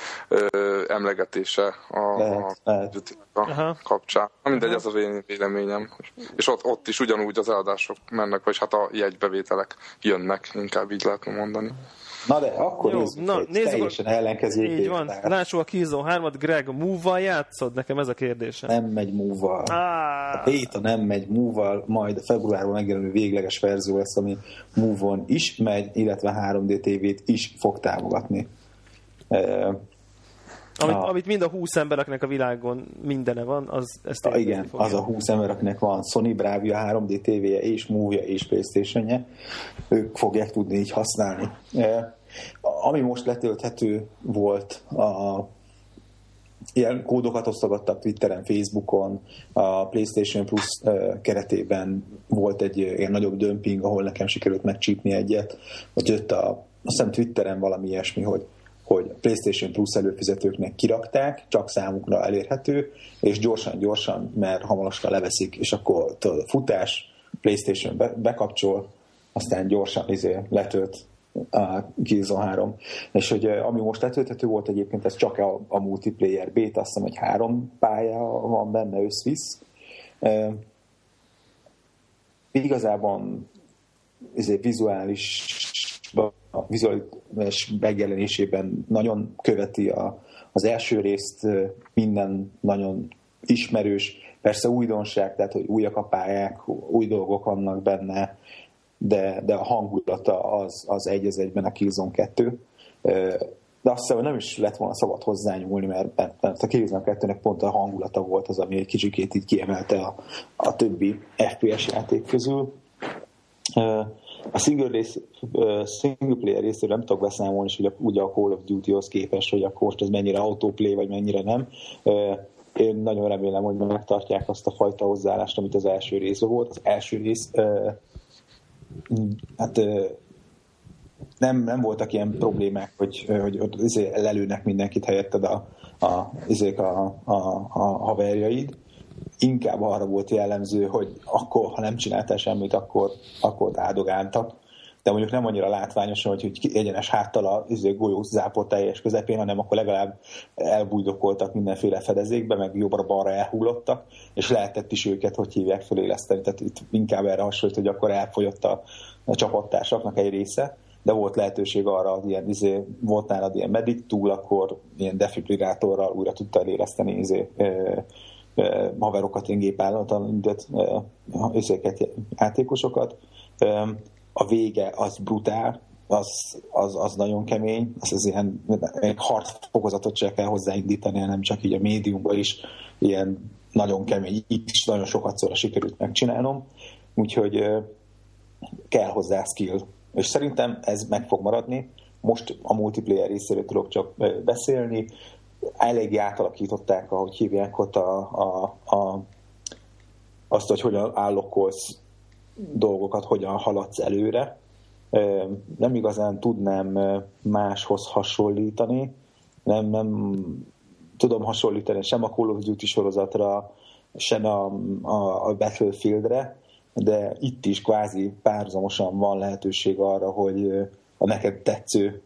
Speaker 2: ö, emlegetése a, lehet, a, lehet. a kapcsán. Mindegy, ez az én véleményem. És ott, ott is ugyanúgy az eladások mennek, vagy hát a jegybevételek jönnek, inkább így lehetne mondani.
Speaker 3: Na de akkor jó, nézzük, na, nézzük teljesen a... ellenkező.
Speaker 1: Így van. Lássuk a Killzone hármat, Greg, Move-val játszod? Nekem ez a kérdésem.
Speaker 3: Nem megy Move-val.
Speaker 1: Ah.
Speaker 3: A beta nem megy Move-val, majd februárban megjelenő végleges verzió lesz, ami Move-on is megy, illetve három dé tévét is fog támogatni. Uh,
Speaker 1: amit, a... amit mind a húsz ember, akinek a világon mindene van, az ezt
Speaker 3: a, igen, fogja. Az a húsz ember, akinek van Sony Bravia, három dé tévéje és Move-ja és PlayStation-je, ők fogják tudni így használni. Uh, Ami most letölthető volt, a, ilyen kódokat osztogattak Twitteren, Facebookon, a PlayStation Plus uh, keretében volt egy ilyen nagyobb dömping, ahol nekem sikerült megcsípni egyet, vagy jött a, azt hiszem Twitteren valami ilyesmi, hogy, hogy PlayStation Plus előfizetőknek kirakták, csak számukra elérhető, és gyorsan-gyorsan, mert hamarosan leveszik, és akkor tudod, futás, PlayStation be, bekapcsol, aztán gyorsan izé, letölt a Killzone három. És hogy ami most letölthető volt egyébként, ez csak a, a multiplayer beta, azt hiszem, hogy három pálya van benne összvisz. E, igazában ezért vizuális a vizuális megjelenésében nagyon követi a, az első részt, minden nagyon ismerős, persze újdonság, tehát hogy újak a pályák, új dolgok vannak benne, de, de a hangulata az, az egy az egyben a Killzone kettő. De azt hiszem, hogy nem is lett volna szabad hozzányúlni, mert, mert a Killzone kettőnek pont a hangulata volt az, ami egy kicsikét így kiemelte a, a többi ef pé es játék közül. A single, rész, single player részéről nem tudok beszámolni, és ugye a Call of Duty-hoz képest, hogy akkor most ez mennyire autoplay, vagy mennyire nem. Én nagyon remélem, hogy megtartják azt a fajta hozzáállást, amit az első részben volt. Az első rész hát nem, nem voltak ilyen problémák, hogy, hogy ott lelőnek mindenkit helyetted a, a, a, a, a haverjaid. Inkább arra volt jellemző, hogy akkor, ha nem csináltál semmit, akkor, akkor áldogáltak. de mondjuk nem annyira látványosan, hogy, hogy egyenes háttal a golyó zápor teljes közepén, hanem akkor legalább elbújdokoltak mindenféle fedezékbe, meg jobbra-balra elhullottak, és lehetett is őket, hogy hívják, föléleszteni. Tehát itt inkább erre hasonlít, hogy akkor elfogyott a, a csapattársaknak egy része, de volt lehetőség arra, hogy ilyen, izé, volt nálad ilyen medic túl, akkor ilyen defibrillátorral újra tudta eléleszteni izé, ö, ö, haverokat, ilyen gépállatlanített játékosokat. Ö, a vége az brutál, az, az, az nagyon kemény, az, az ilyen hard fokozatot se kell hozzáindítani, hanem csak így a médiumban is ilyen nagyon kemény, itt is nagyon sokat szóra sikerült megcsinálnom, úgyhogy ö, kell hozzá skill. És szerintem ez meg fog maradni. Most a multiplayer részéről tudok csak beszélni. Eléggé átalakították, ahogy hívják ott a, a, a, azt, hogy hogyan állokkolsz dolgokat, hogyan haladsz előre. Nem igazán tudnám máshoz hasonlítani. Nem, nem tudom hasonlítani sem a Call of Duty sorozatra, sem a, a, a Battlefieldre, de itt is kvázi párhuzamosan van lehetőség arra, hogy a neked tetsző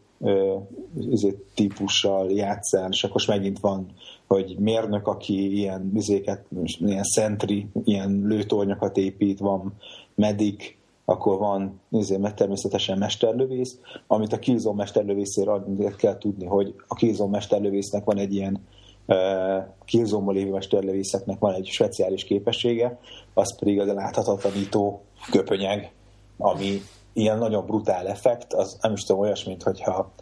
Speaker 3: típussal játszál, és akkor megint van, hogy mérnök, aki ilyen vizéket, ilyen sentry, ilyen lőtornyokat épít, van medic, akkor van azért természetesen mesterlövész, amit a Killzone mesterlövészére kell tudni, hogy a Killzone mesterlövésznek van egy ilyen uh, Killzone-ban lévő mesterlövészeknek van egy speciális képessége, az pedig az a láthatatlanító köpönyeg, ami ilyen nagyon brutál effekt, az nem is tudom, olyas, mint hogyha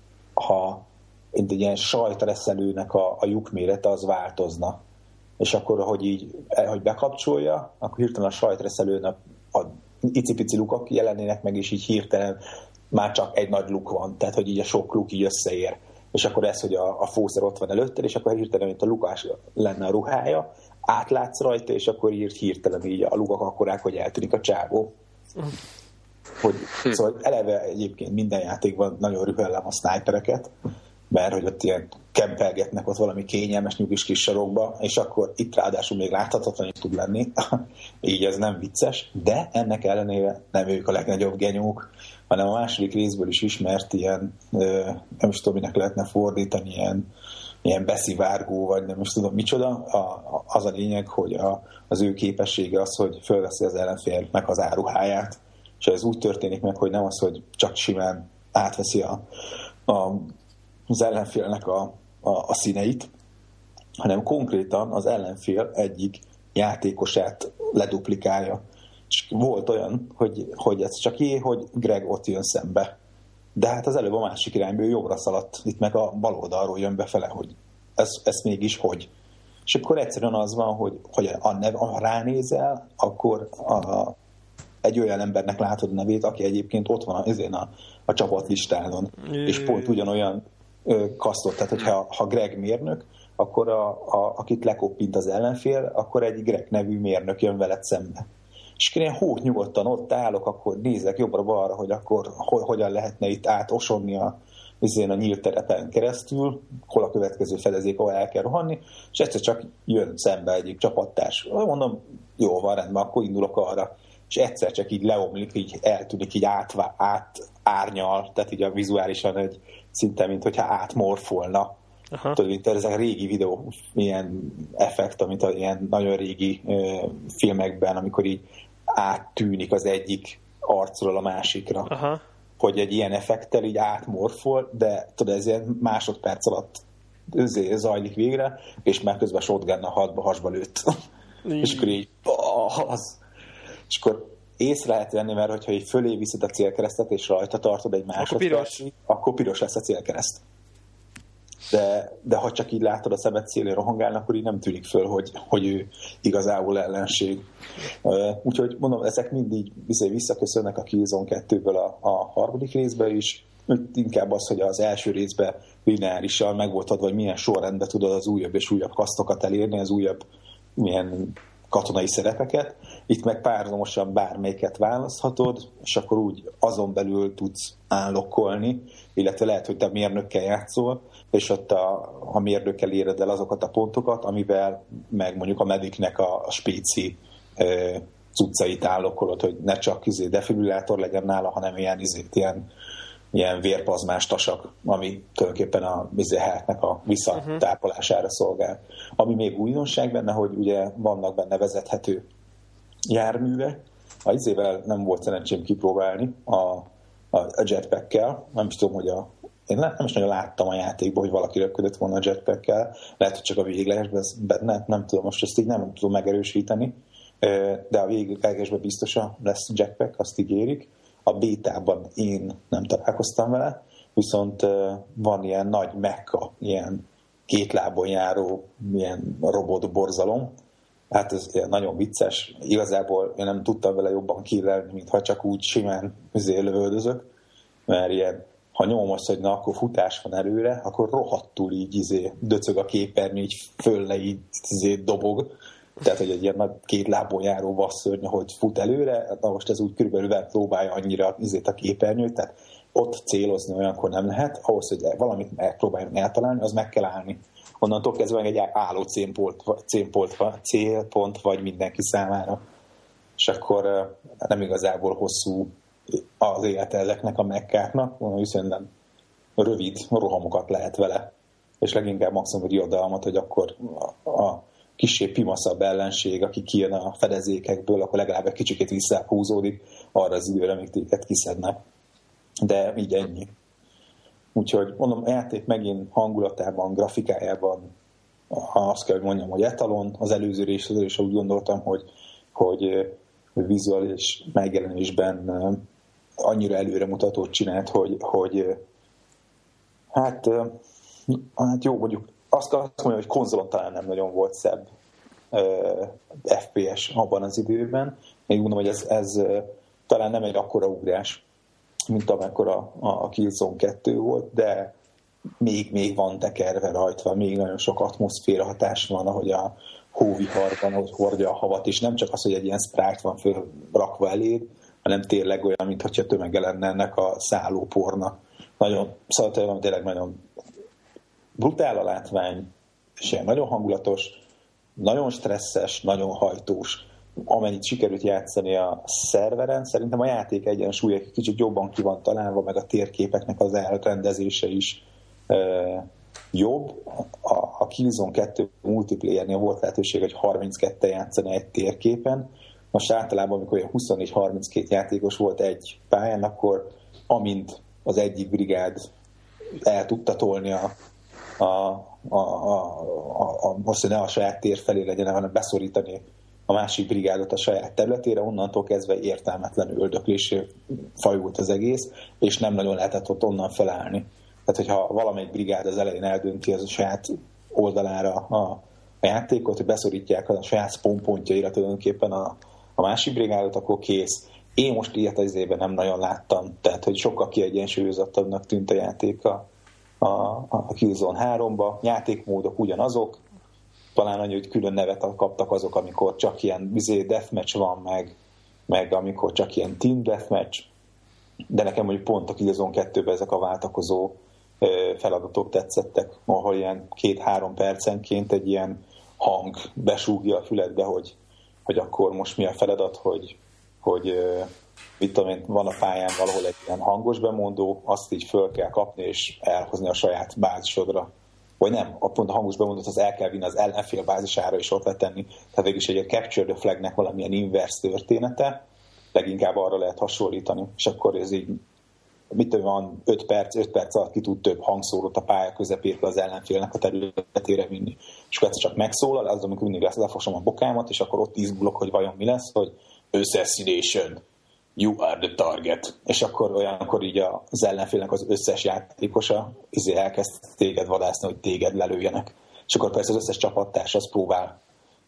Speaker 3: ha egy ilyen sajtreszelőnek a, a lyukmérete az változna. És akkor, hogy így, hogy bekapcsolja, akkor hirtelen a sajtreszelőnek a icipici lukak jelennének meg, és így hirtelen már csak egy nagy luk van, tehát hogy így a sok luk így összeér. És akkor ez, hogy a, a fószer ott van előtted, és akkor hirtelen, hogy a lukás lenne a ruhája, átlátsz rajta, és akkor írt hirtelen így a lukak akkorák, hogy eltűnik a csávó. Hogy, szóval eleve egyébként minden játékban nagyon rühellem a snipereket, mert hogy ott ilyen kempelgetnek ott valami kényelmes nyugis kis sarokba, és akkor itt ráadásul még láthatatlan is tud lenni, így ez nem vicces, de ennek ellenére nem ők a legnagyobb genyók, hanem a második részből is ismert ilyen, nem is tudom, minek lehetne fordítani, ilyen, ilyen beszivárgó, vagy nem is tudom micsoda, a, az a lényeg, hogy a, az ő képessége az, hogy fölveszi az ellenfélnek az áruháját, és ez úgy történik meg, hogy nem az, hogy csak simán átveszi a, a az ellenfélnek a, a, a színeit, hanem konkrétan az ellenfél egyik játékosát leduplikálja. És volt olyan, hogy, hogy ez csak jé, hogy Greg ott jön szembe. De hát az előbb a másik irányból jobbra szaladt, itt meg a bal oldalról jön befele, hogy ez, ez mégis hogy. És akkor egyszerűen az van, hogy, hogy a nev, ha ránézel, akkor a, egy olyan embernek látod a nevét, aki egyébként ott van ezen a, a csapatlistánon. És pont ugyanolyan kasztot, tehát hogyha ha Greg mérnök, akkor a, a, akit lekoppint az ellenfél, akkor egy Greg nevű mérnök jön veled szembe. És én hót nyugodtan ott állok, akkor nézek jobbra-balra, hogy akkor ho, hogyan lehetne itt átosonni a, a nyílt terepen keresztül, hol a következő fedezék, ahol el kell rohanni, és egyszer csak jön szembe egyik csapattárs. Mondom, jó, van rendben, akkor indulok arra. És egyszer csak így leomlik, így eltűnik, így átvá, át, árnyal, tehát így a vizuálisan egy szinte, mint hogyha átmorfolna. Aha. Tudod, mint ezek a régi videó, ilyen effekt, amit a ilyen nagyon régi ö, filmekben, amikor így áttűnik az egyik arcról a másikra. Aha. Hogy egy ilyen effekttel így átmorfol, de tudod, ez ilyen másodperc alatt zajlik végre, és már közben shotgunnal hadba, hasba lőtt. És akkor így az. És akkor észre lehet venni, mert hogyha így fölé viszed a célkeresztet, és rajta tartod egy másodpercig, akkor piros lesz a célkereszt. De, de ha csak így látod a szemed szélén rohangálni, akkor így nem tűnik föl, hogy, hogy ő igazából ellenség. Úgyhogy mondom, ezek mindig visszaköszönnek a Killzone kettőből a, a harmadik részbe is. Inkább az, hogy az első részben lineárisan meg volt adva, hogy milyen sorrendben tudod az újabb és újabb kasztokat elérni, az újabb milyen katonai szerepeket. Itt meg párhuzamosan bármelyiket választhatod, és akkor úgy azon belül tudsz állokkolni, illetve lehet, hogy te mérnökkel játszol, és ott a, a mérnökkel éred el azokat a pontokat, amivel meg mondjuk a mediknek a, a spéci ö, cuccait állokkolod, hogy ne csak izé defibrillátor legyen nála, hanem ilyen, izé, ilyen, ilyen vérplazmás tasak, ami tulajdonképpen a health-nek a visszatápolására szolgál. Ami még újdonság benne, hogy ugye vannak benne vezethető járművek. A izével nem volt szerencsém kipróbálni a, a, a jetpackkel. Nem is tudom, hogy a én nem is nagyon láttam a játékban, hogy valaki röpködött volna a jetpackkel. Lehet, hogy csak a véglegesben benne, nem tudom, most ezt így nem tudom megerősíteni, de a véglegesben biztosan lesz jetpack, azt ígérik. A bétában én nem találkoztam vele, viszont van ilyen nagy mekka, ilyen két lábon járó, ilyen robotborzalom. Hát ez nagyon vicces. Igazából én nem tudtam vele jobban killelni, mintha csak úgy simán lövöldözök, mert ilyen ha nyomom azt, hogy na, akkor futás van előre, akkor rohadtul így izé, döcög a képernyő, így föl le így izé, dobog. Tehát, hogy egy ilyen nagy két lábon járó vasszörny, hogy fut előre, na most ez úgy körülbelül próbálja annyira izét a képernyőt, tehát ott célozni olyankor nem lehet, ahhoz, hogy valamit megpróbáljunk eltalálni, az meg kell állni. Onnantól kezdve egy álló célpont, célpont, célpont vagy mindenki számára. És akkor nem igazából hosszú az élete ezeknek a mekkáknak, viszonylag rövid rohamokat lehet vele, és leginkább maximum riadalmat, hogy akkor a, a kissé pimaszabb ellenség, aki kijön a fedezékekből, akkor legalább egy kicsikét visszahúzódik arra az időre, amíg téged kiszednek. De így ennyi. Úgyhogy mondom, a játék megint hangulatában, grafikájában azt kell, hogy mondjam, hogy etalon, az előző részről is úgy gondoltam, hogy, hogy vizuális megjelenésben annyira előremutatót csinált, hogy, hogy hát, hát jó, mondjuk azt kell azt mondani, hogy konzolon talán nem nagyon volt szebb uh, ef pé es abban az időben. Én mondom, hogy ez, ez uh, talán nem egy akkora ugrás, mint amekkora a, a Killzone kettő volt, de még, még van tekerve rajta, még nagyon sok atmoszféra hatás van, ahogy a hóviharban, ahogy hordja a havat, és nem csak az, hogy egy ilyen sprite van fölrakva eléd, hanem tényleg olyan, mintha tömege lenne ennek a szállópornak. Nagyon, szóval tényleg nagyon brutál a látvány, és ilyen nagyon hangulatos, nagyon stresszes, nagyon hajtós. Amennyit sikerült játszani a szerveren, szerintem a játék egyensúly egy kicsit jobban ki van találva, meg a térképeknek az elrendezése is e, jobb. A, a Killzone kettő multiplayernél volt lehetőség, hogy harmincketten játszani egy térképen. Most általában, amikor huszonnégy harminckét játékos volt egy pályán, akkor amint az egyik brigád el tudta tolni a, a, a, a, a, a, azt, hogy ne a saját tér felé legyen, hanem beszorítani a másik brigádot a saját területére, onnantól kezdve értelmetlen öldöklésé fajult az egész, és nem nagyon lehetett ott onnan felállni. Tehát, hogyha valamelyik brigád az elején eldönti az a saját oldalára a, a játékot, hogy beszorítják a saját spawnpontjaira tulajdonképpen a, a másik brigádot, akkor kész. Én most ilyet az évben nem nagyon láttam, tehát, hogy sokkal kiegyensúlyozottabbnak tűnt a játék a, a, a Killzone háromba. Játékmódok ugyanazok, talán annyi, hogy külön nevet kaptak azok, amikor csak ilyen deathmatch van, meg, meg amikor csak ilyen team deathmatch, de nekem mondjuk pont a Killzone kettőben ezek a váltakozó feladatok tetszettek, ahol ilyen két-három percenként egy ilyen hang besúgja a füledbe, hogy, hogy akkor most mi a feladat, hogy, hogy mit tudom én, van a pályán valahol egy ilyen hangos bemondó, azt így föl kell kapni és elhozni a saját bázisodra. Vagy nem, a pont a hangos bemondót az el kell vinni az ellenfél bázisára és ott letenni. Tehát végülis egy Capture the Flagnek valamilyen inverse története, leginkább arra lehet hasonlítani, és akkor ez így mit tudom, van öt perc, öt perc alatt ki tud több hangszórót a pálya közepétől az ellenfélnek a területére vinni. És akkor egyszer csak megszólal, az amikor mindig lesz, lefosom a bokámat, és akkor ott izgulok, hogy vajon mi lesz, hogy assassination, you are the target. És akkor olyankor így az ellenfélnek az összes játékosa izé elkezd téged vadászni, hogy téged lelőjenek. És akkor persze az összes csapattárs az próbál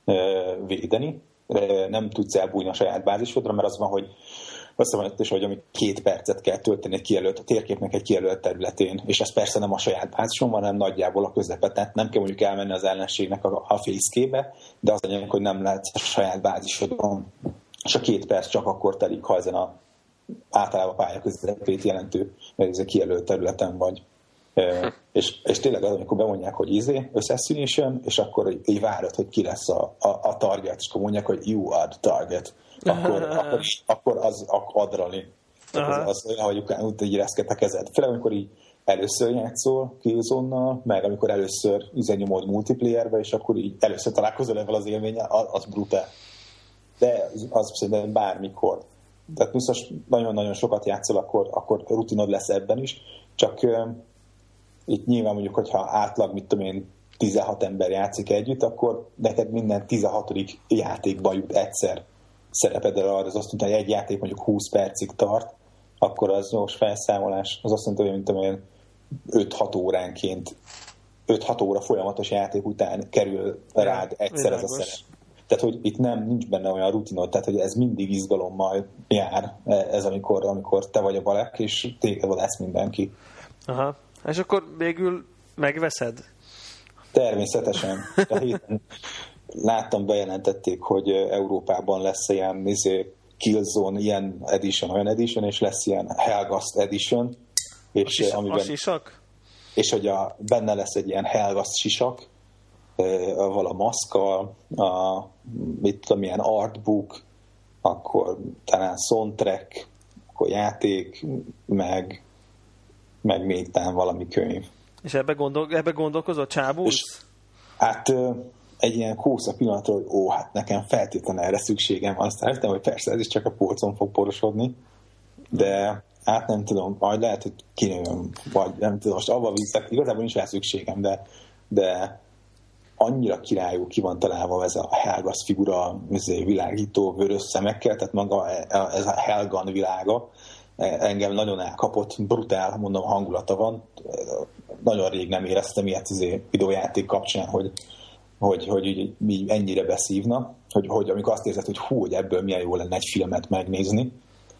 Speaker 3: ö, védeni. Nem tudsz elbújni a saját bázisodra, mert az van, hogy azt mondom, hogy ami két percet kell tölteni egy kijelölt, a térképnek egy kijelölt területén, és ez persze nem a saját bázison van, hanem nagyjából a közepet, tehát nem kell mondjuk elmenni az ellenségnek a, a fészkébe, de az anyag, hogy nem lehet a saját bázisodon, és a két perc csak akkor telik, ha ezen a általában pálya közepét jelentő ez a kijelölt területen vagy. és, és tényleg az, amikor bemondják, hogy izé, assassination, és akkor így, így várod, hogy ki lesz a, a, a target, és akkor mondják, hogy you are the target. Akkor, akkor, akkor az adrenalin. Az, az olyan, hogy utána úgy érezkedtek a kezed. Főleg, amikor így először játszol Killzone-nal, meg amikor először nyomod multiplayerbe, és akkor így először találkozol ezzel az élménnyel, az, az brutál. De az, az szerintem bármikor. Tehát biztos nagyon-nagyon sokat játszol, akkor, akkor rutinod lesz ebben is. Csak uh, itt nyilván mondjuk, hogyha átlag, mit tudom én, tizenhat ember játszik együtt, akkor neked minden tizenhatodik játékban jut egyszer szereped el arra. Az azt mondta, hogy egy játék mondjuk húsz percig tart, akkor az most felszámolás, az azt mondta, hogy mint olyan öt-hat óránként, öt-hat óra folyamatos játék után kerül rád egyszer ez a szerep. Tehát, hogy itt nem, nincs benne olyan rutinod, tehát, hogy ez mindig izgalommal jár, ez amikor, amikor te vagy a Balek, és téged lesz mindenki.
Speaker 1: Aha. És akkor végül megveszed?
Speaker 3: Természetesen. A héten láttam, bejelentették, hogy Európában lesz ilyen izé, Killzone, ilyen edition, olyan edition, és lesz ilyen Helgast edition. És,
Speaker 1: a, sis-
Speaker 3: amiben,
Speaker 1: a sisak?
Speaker 3: És hogy a, benne lesz egy ilyen Helgast sisak, vala maszkkal, a, mit tudom, ilyen artbook, akkor talán soundtrack, akkor játék, meg, meg még talán valami könyv.
Speaker 1: És ebbe, gondol, ebbe gondolkozott? Csábulsz?
Speaker 3: Hát egy ilyen kósza pillanatra, hogy ó, hát nekem feltétlenül erre szükségem van. Aztán értem, hogy persze ez is csak a polcon fog porosodni, de hát nem tudom, majd lehet, hogy kinőm, vagy nem tudom, most abba visszak, igazából nincs rá szükségem, de, de annyira királyú ki van találva ez a Helgast figura, világító vörös szemekkel, tehát maga ez a Helgan világa engem nagyon elkapott, brutál, mondom, hangulata van. Nagyon rég nem éreztem ilyet videójáték kapcsán, hogy, hogy, hogy így, így ennyire beszívna, hogy, hogy amikor azt érzed, hogy hú, hogy ebből milyen jó lenne egy filmet megnézni.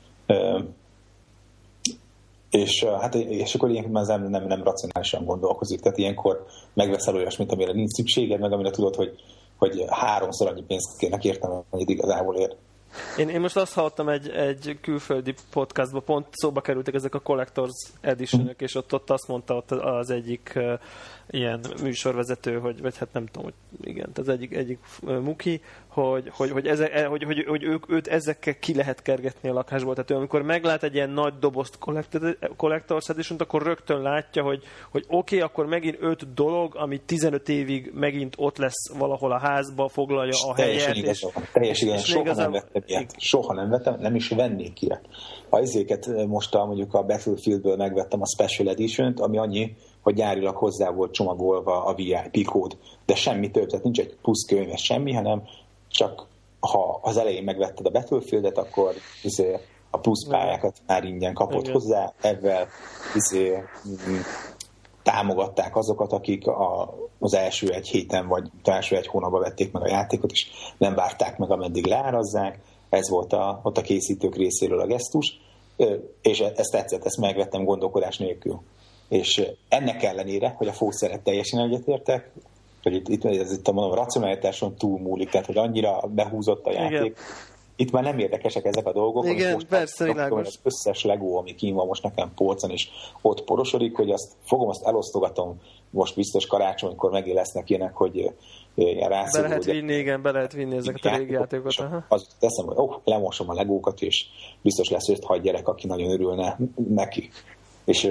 Speaker 3: És, hát, és akkor ilyenkor az ember nem, nem racionálisan gondolkozik, tehát ilyenkor megveszel olyasmit, amire nincs szükséged, meg amire tudod, hogy, hogy háromszor annyi pénzt kérnek értem, amennyit igazából ér.
Speaker 1: Én, én most azt hallottam egy, egy külföldi podcastban, pont szóba kerültek ezek a Collector's Edition-ök, és ott, ott azt mondta ott az egyik uh, ilyen műsorvezető, hogy, vagy hát nem tudom, hogy igen, az egyik, egyik uh, muki, hogy, hogy, hogy, eze, hogy, hogy, hogy ők, őt ezekkel ki lehet kergetni a lakásból. Tehát ő, amikor meglát egy ilyen nagy dobozt Collector's Edition-t, akkor rögtön látja, hogy, hogy oké, okay, akkor megint öt dolog, ami tizenöt évig megint ott lesz valahol a házba, foglalja a helyet.
Speaker 3: És, teljesen igaz, soha nem vettem ilyet. Soha nem vettem, nem is vennék ilyet. Ha ezéket most a, mondjuk a Battlefieldből megvettem a Special Edition-t, ami annyi, hogy gyárilag hozzá volt csomagolva a vé i pé kód, de semmi több, tehát nincs egy plusz könyves semmi, hanem csak ha az elején megvetted a Battlefieldet, akkor izé, a plusz pályákat már ingyen kapott igen. hozzá, ezzel izé, m- támogatták azokat, akik a, az első egy héten, vagy az első egy hónapban vették meg a játékot, és nem várták meg, ameddig leárazzák. Ez volt a, ott a készítők részéről a gesztus, és ezt tetszett, ezt megvettem gondolkodás nélkül. És ennek ellenére, hogy a fószeret teljesen egyetértek, hogy itt, itt, ez itt a mondom, racionalitáson túl múlik, tehát hogy annyira behúzott a játék. Igen. Itt már nem érdekesek ezek a dolgok.
Speaker 1: Igen, most persze, világos.
Speaker 3: Az összes Lego, ami kín van most nekem polcon, és ott porosodik, hogy azt fogom, azt elosztogatom most biztos karácsonykor megint lesznek ilyenek, hogy rászorul.
Speaker 1: Be lehet vinni, igen, be lehet vinni ezeket a régi játékokat.
Speaker 3: Azt teszem, hogy oh, lemosom a Legókat, és biztos lesz öt-hat gyerek, aki nagyon örülne neki. És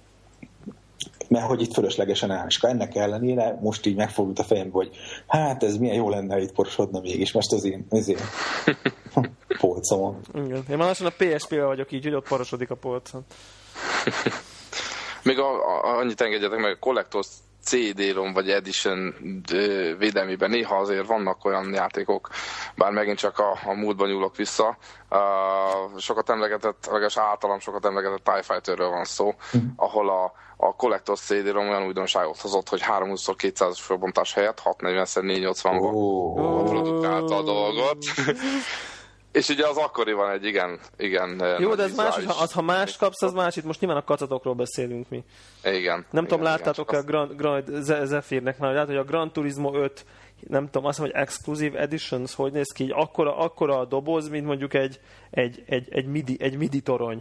Speaker 3: mert hogy itt fölöslegesen áll. És ennek ellenére most így megfordult a fejembe, hogy hát ez milyen jó lenne, ha itt porosodna mégis. Most az én, az én polcomon.
Speaker 1: Igen. Én már lassan a pé es pé-vel vagyok így, hogy ott porosodik a polcon.
Speaker 2: Még a, a, annyit engedjetek meg, a Collector's cé dé-rom vagy Edition védelmében néha azért vannak olyan játékok, bár megint csak a, a múltban nyúlok vissza. Uh, sokat emlegetett, legalábbis általam sokat emlegetett TIE Fighterről van szó, mm. ahol a, a Collector's cé dé-rom olyan újdonságot hozott, hogy háromhúsz szor kétszázas felbontás helyett hatszáznegyven szer négyszáznyolcvanban oh. produkálta a dolgot. És ugye az akkoriban egy igen, igen...
Speaker 1: Jó, de ez más, ha, az, ha mást kapsz, az más, itt most nyilván a kacatokról beszélünk mi.
Speaker 2: Igen.
Speaker 1: Nem
Speaker 2: igen,
Speaker 1: tudom, láttátok-e a Grand, Grand Zephyrnek már, hogy a Gran Turismo öt, nem tudom, azt mondom, hogy Exclusive Editions, hogy néz ki, így akkora, akkora a doboz, mint mondjuk egy, egy, egy, egy, midi, egy midi torony.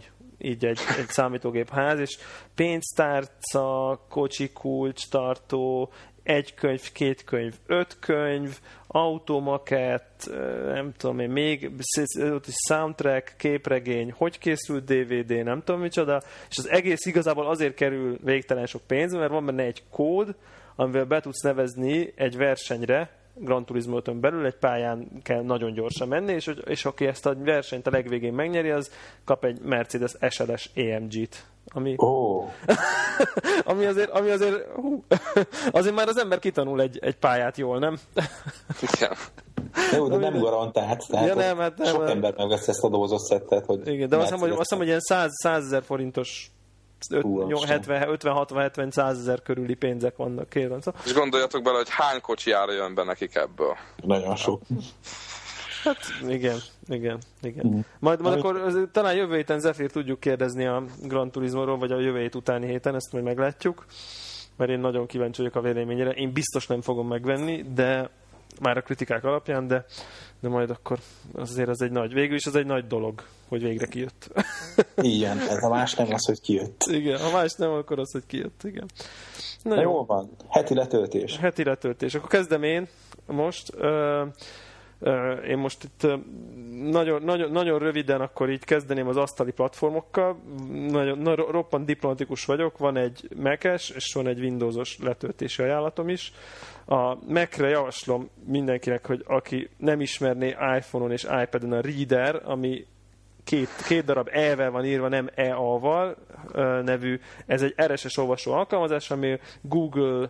Speaker 1: így egy, egy számítógépház, és pénztárca, kocsi kulcs tartó, egy könyv, két könyv, öt könyv, automakett, nem tudom én, még soundtrack, képregény, hogy készült dé vé dé, nem tudom micsoda, és az egész igazából azért kerül végtelen sok pénz, mert van benne egy kód, amivel be tudsz nevezni egy versenyre, Gran Turismo ötön belül, egy pályán kell nagyon gyorsan menni, és, és aki ezt a versenyt a legvégén megnyeri, az kap egy Mercedes es el es á em gét. Ami,
Speaker 3: oh.
Speaker 1: ami azért, ami azért, hú, azért már az ember kitanul egy, egy pályát jól, nem?
Speaker 2: Igen.
Speaker 3: Jó, de nem garantált. Tehát
Speaker 1: ja, nem, hát nem,
Speaker 3: sok
Speaker 1: nem.
Speaker 3: ember megvesz ezt a dobozott szettet. Hogy
Speaker 1: igen, de azt hiszem, hogy, azt hiszem, hogy ilyen százezer forintos ötven hatvan hetven százezer körüli pénzek vannak, kérem. Szóval.
Speaker 2: És gondoljatok bele, hogy hány kocsijára jön be nekik ebből.
Speaker 3: Nagyon sok.
Speaker 1: Hát igen, igen, igen. Mm. Majd, majd akkor az, talán jövő héten Zephyr tudjuk kérdezni a Gran Turismo-ról, vagy a jövő hét utáni héten, ezt majd meglátjuk, mert én nagyon kíváncsi vagyok a véleményére. Én biztos nem fogom megvenni, de már a kritikák alapján, de, de majd akkor azért az egy nagy, végül is az egy nagy dolog, hogy végre kijött.
Speaker 3: Igen, ez a más nem az, hogy kijött.
Speaker 1: Igen, ha más nem, akkor az, hogy kijött, igen. Na,
Speaker 3: jó. Jó van, heti letöltés.
Speaker 1: Heti letöltés. Akkor kezdem én most. Uh, uh, én most itt uh, nagyon, nagyon, nagyon röviden akkor így kezdeném az asztali platformokkal. Nagyon, na, roppant diplomatikus vagyok. Van egy Mac-es, és van egy Windowsos letöltési ajánlatom is. A Mac-re javaslom mindenkinek, hogy aki nem ismerné iPhone-on és iPad-en a Reader, ami Két, két darab E-vel van írva, nem E A-val nevű. Ez egy er es es olvasó alkalmazás, ami Google,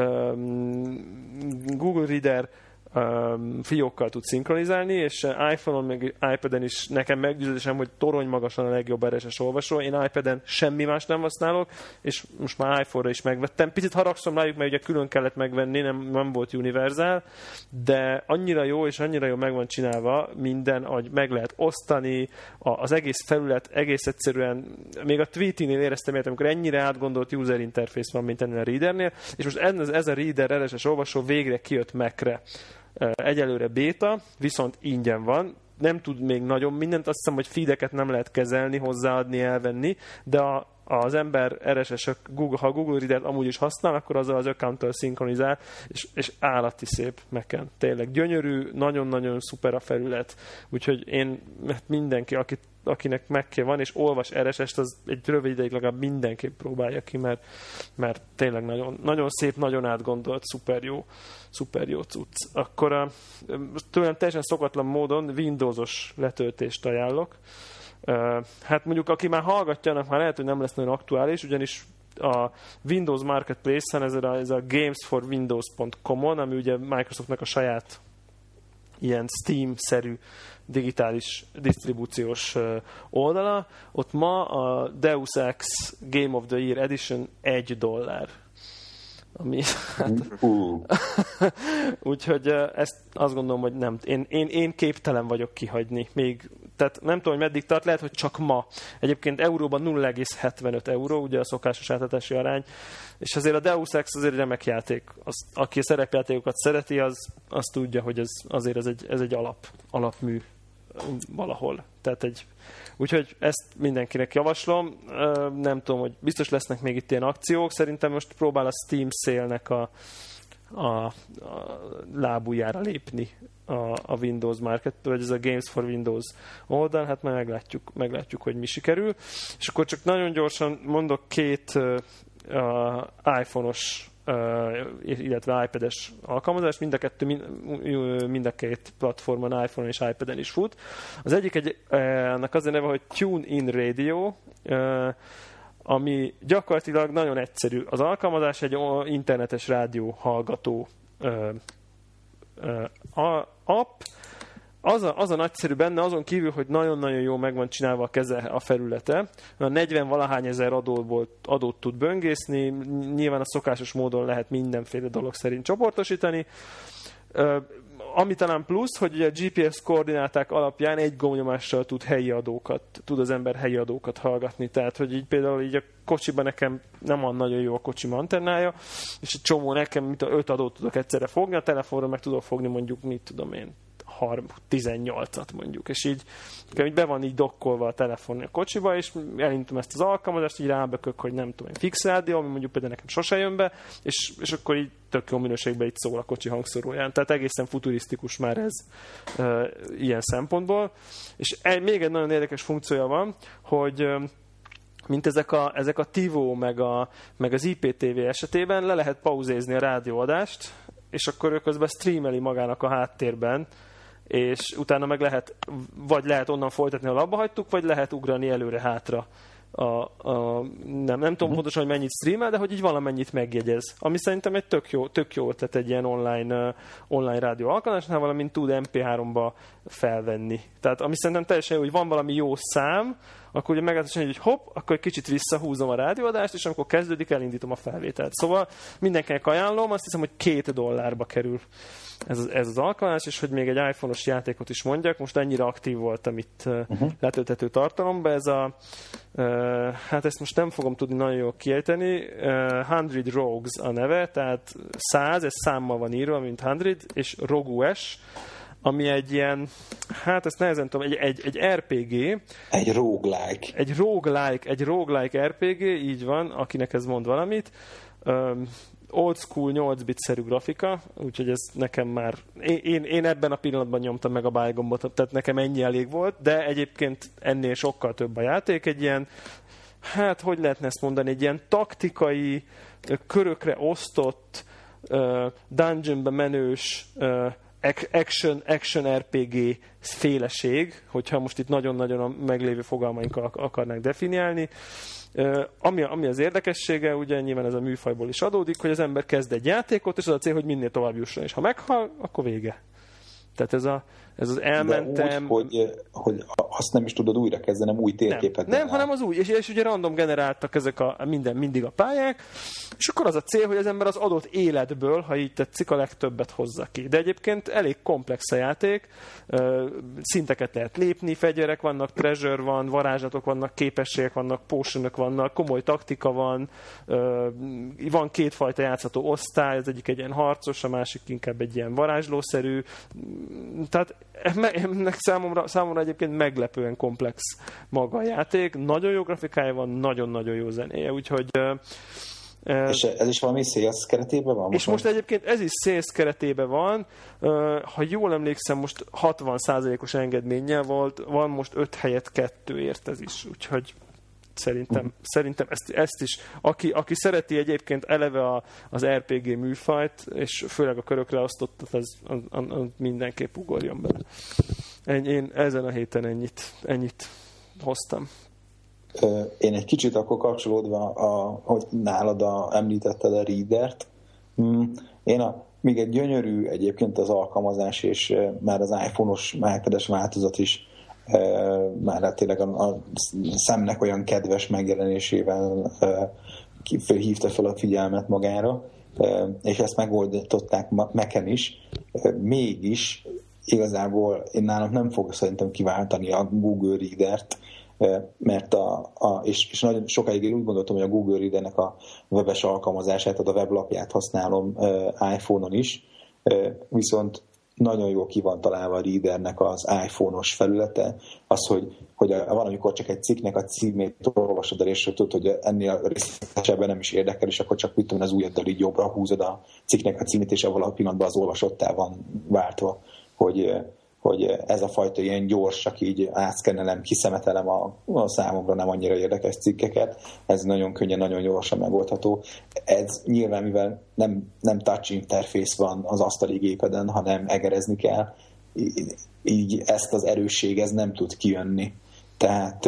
Speaker 1: um, Google Reader um, fiókkal tud szinkronizálni, és iPhone-on meg iPad-en is nekem meggyőződésem, hogy torony magasan a legjobb er es es olvasó. Én iPad-en semmi más nem használok, és most már iPhone-ra is megvettem. Picit haragszom rájuk, mert ugye külön kellett megvenni, nem, nem volt univerzál, de annyira jó, és annyira jó meg van csinálva minden, hogy meg lehet osztani, az egész felület egész egyszerűen, még a Tweety-nél éreztem ilyet, amikor ennyire átgondolt user interface van, mint ennél a Readernél, és most ez, ez a Reader er es es olvasó végre kijött Mac-re. Egyelőre béta, viszont ingyen van, nem tud még nagyon mindent, azt hiszem, hogy feedeket nem lehet kezelni, hozzáadni, elvenni, de a, az ember er es es, Google, ha Google Reader-t amúgy is használ, akkor azzal az account-tal szinkronizál, és, és állati szép Mac-en. Tényleg gyönyörű, nagyon-nagyon szuper a felület, úgyhogy én mindenki, akit akinek Mac-je van, és olvas er es es-t, az egy rövid ideig legalább mindenképp próbálja ki, mert, mert tényleg nagyon, nagyon szép, nagyon átgondolt, szuper jó, szuper jó cucc. Akkor a, tőlem teljesen szokatlan módon Windowsos letöltést ajánlok. Hát mondjuk, aki már hallgatja, annak már lehet, hogy nem lesz nagyon aktuális, ugyanis a Windows Marketplace-en, ez a, ez a games for windows pont com-on, ami ugye Microsoftnak a saját ilyen Steam-szerű digitális disztribúciós oldala. Ott ma a Deus Ex Game of the Year Edition egy dollár. Ami, hát, uh. úgyhogy ezt azt gondolom, hogy nem. Én, én, én képtelen vagyok kihagyni. Még, tehát nem tudom, hogy meddig tart, lehet, hogy csak ma. Egyébként euróban nulla egész hetvenöt euró, ugye a szokásos átadási arány. És azért a Deus Ex azért remek játék. Az, aki a szerepjátékokat szereti, az, az tudja, hogy ez, azért ez egy, ez egy alap, alapmű valahol. Tehát egy Úgyhogy ezt mindenkinek javaslom. Nem tudom, hogy biztos lesznek még itt ilyen akciók. Szerintem most próbál a Steam Sale-nek a, a, a lábujjára lépni a, a Windows Market, vagy ez a Games for Windows oldal. Hát már meglátjuk, meglátjuk, hogy mi sikerül. És akkor csak nagyon gyorsan mondok két uh, iPhone-os Uh, illetve iPad-es alkalmazás, mind a kettő, mind, mind a két platformon, iPhone-on és iPad-en is fut. Az egyik egy, ennek az a neve, hogy TuneIn Radio, uh, ami gyakorlatilag nagyon egyszerű. Az alkalmazás egy internetes rádió hallgató uh, uh, app. Az a, az a nagyszerű benne, azon kívül, hogy nagyon-nagyon jól meg van csinálva a keze, a felülete. A negyven valahány ezer adóból, adót tud böngészni, nyilván a szokásos módon lehet mindenféle dolog szerint csoportosítani. Ami talán plusz, hogy a gé pé es koordináták alapján egy gombnyomással tud helyi adókat, tud az ember helyi adókat hallgatni. Tehát, hogy így például így a kocsiban nekem nem van nagyon jó a kocsim antennája, és egy csomó nekem, mint a öt adót tudok egyszerre fogni, a telefonra meg tudok fogni mondjuk, mit tudom én, tizennyolcat mondjuk, és így, így be van így dokkolva a telefon a kocsiba, és elindítom ezt az alkalmazást, így rábökök, hogy nem tudom, fix rádió, ami mondjuk például nekem sose jön be, és, és akkor így tök jó minőségben itt szól a kocsi hangszoróján. Tehát egészen futurisztikus már ez e, ilyen szempontból. És egy, még egy nagyon érdekes funkciója van, hogy mint ezek a, ezek a TiVo meg, a, meg az I P T V esetében le lehet pauzézni a rádióadást, és akkor ő közben streameli magának a háttérben, és utána meg lehet, vagy lehet onnan folytatni, ahol abba hagytuk, vagy lehet ugrani előre-hátra. A, a, nem, nem tudom pontosan, hogy mennyit streamel, de hogy így valamennyit megjegyez. Ami szerintem egy tök jó, tök jó ötlet egy ilyen online, uh, online rádió alkalmazásnál, valamint tud em pé háromba felvenni. Tehát ami szerintem teljesen jó, hogy van valami jó szám, akkor ugye meg lehet mondani, hogy hopp, akkor egy kicsit visszahúzom a rádióadást, és amikor kezdődik, elindítom a felvételt. Szóval mindenkinek ajánlom, azt hiszem, hogy két dollárba kerül ez az, ez az alkalmazás, és hogy még egy iPhone-os játékot is mondjak. Most ennyire aktív voltam itt uh-huh. letölthető tartalomba. Ez a, uh, hát ezt most nem fogom tudni nagyon jól kiejteni, uh, száz Rogues a neve, tehát száz, ez számmal van írva, mint száz, és Rogues, ami egy ilyen, hát ezt nehezen tudom, egy, egy, egy er pé gé.
Speaker 3: Egy roguelike.
Speaker 1: Egy roguelike, egy roguelike er pé gé, így van, akinek ez mond valamit. Um, old school nyolc bit-szerű grafika, úgyhogy ez nekem már, én, én ebben a pillanatban nyomtam meg a buy gombot, tehát nekem ennyi elég volt, de egyébként ennél sokkal több a játék, egy ilyen, hát hogy lehetne ezt mondani, egy ilyen taktikai, körökre osztott, uh, dungeonbe menős, uh, action, action er pé gé féleség, hogyha most itt nagyon-nagyon a meglévő fogalmainkkal akarnánk definiálni. Uh, ami, ami az érdekessége, ugye nyilván ez a műfajból is adódik, hogy az ember kezd egy játékot, és az a cél, hogy minél tovább jusson, és ha meghal, akkor vége. Tehát ez, a, ez az elmentem...
Speaker 3: De úgy, hogy, hogy azt nem is tudod újra kezdenem, új térképet.
Speaker 1: Nem, nem hanem az új, és, és ugye random generáltak ezek a minden, mindig a pályák, és akkor az a cél, hogy az ember az adott életből, ha így tetszik, a legtöbbet hozza ki. De egyébként elég komplex a játék, szinteket lehet lépni, fegyverek vannak, treasure van, varázslatok vannak, képességek vannak, potionok vannak, komoly taktika van, van kétfajta játszható osztály, az egyik egy ilyen harcos, a másik inkább egy ilyen varázslószerű, tehát ennek számomra, számomra egyébként meglepően komplex maga a játék, nagyon jó grafikája van, nagyon-nagyon jó zenéje, úgyhogy...
Speaker 3: És ez is valami sales keretében van?
Speaker 1: És most egyébként ez is sales keretében van, ha jól emlékszem, most hatvan százalékos engedménnyel volt, van most öt helyett kettőért ez is, úgyhogy Szerintem, uh-huh. szerintem ezt, ezt is, aki, aki szereti egyébként eleve a, az er pé gé műfajt, és főleg a körökre osztottat, az, az, az, az mindenképp ugorjon bele. Én ezen a héten ennyit, ennyit hoztam.
Speaker 3: Én egy kicsit akkor kapcsolódva, a, hogy nálad a, említetted a Readert, én a, még egy gyönyörű egyébként az alkalmazás, és már az iPhone-os iPad-es változat is már tényleg a, a szemnek olyan kedves megjelenésével hívta fel a figyelmet magára, és ezt megoldották Mac-en is. Mégis igazából én nálam nem fog szerintem kiváltani a Google Readert, mert a, a, és, és nagyon sokáig én úgy gondoltam, hogy a Google Readernek a webes alkalmazását, tehát a weblapját használom iPhone-on is, viszont nagyon jól ki van találva a Readernek az iPhone-os felülete, az, hogy, hogy van, amikor csak egy cikknek a címét olvasod el, és tudod, hogy ennél részletesebben nem is érdekel, és akkor csak mit tudom, az ujjaddal így jobbra húzod a cikknek a címét, és avval a pillanatban az olvasottá van váltva, hogy, hogy ez a fajta ilyen gyors, csak így átszkennelem, kiszemetelem a, a számomra nem annyira érdekes cikkeket, ez nagyon könnyen, nagyon gyorsan megoldható. Ez nyilván, mivel nem, nem touch interface van az asztali gépeden, hanem egerezni kell, így, így ezt az erősség ez nem tud kijönni. Tehát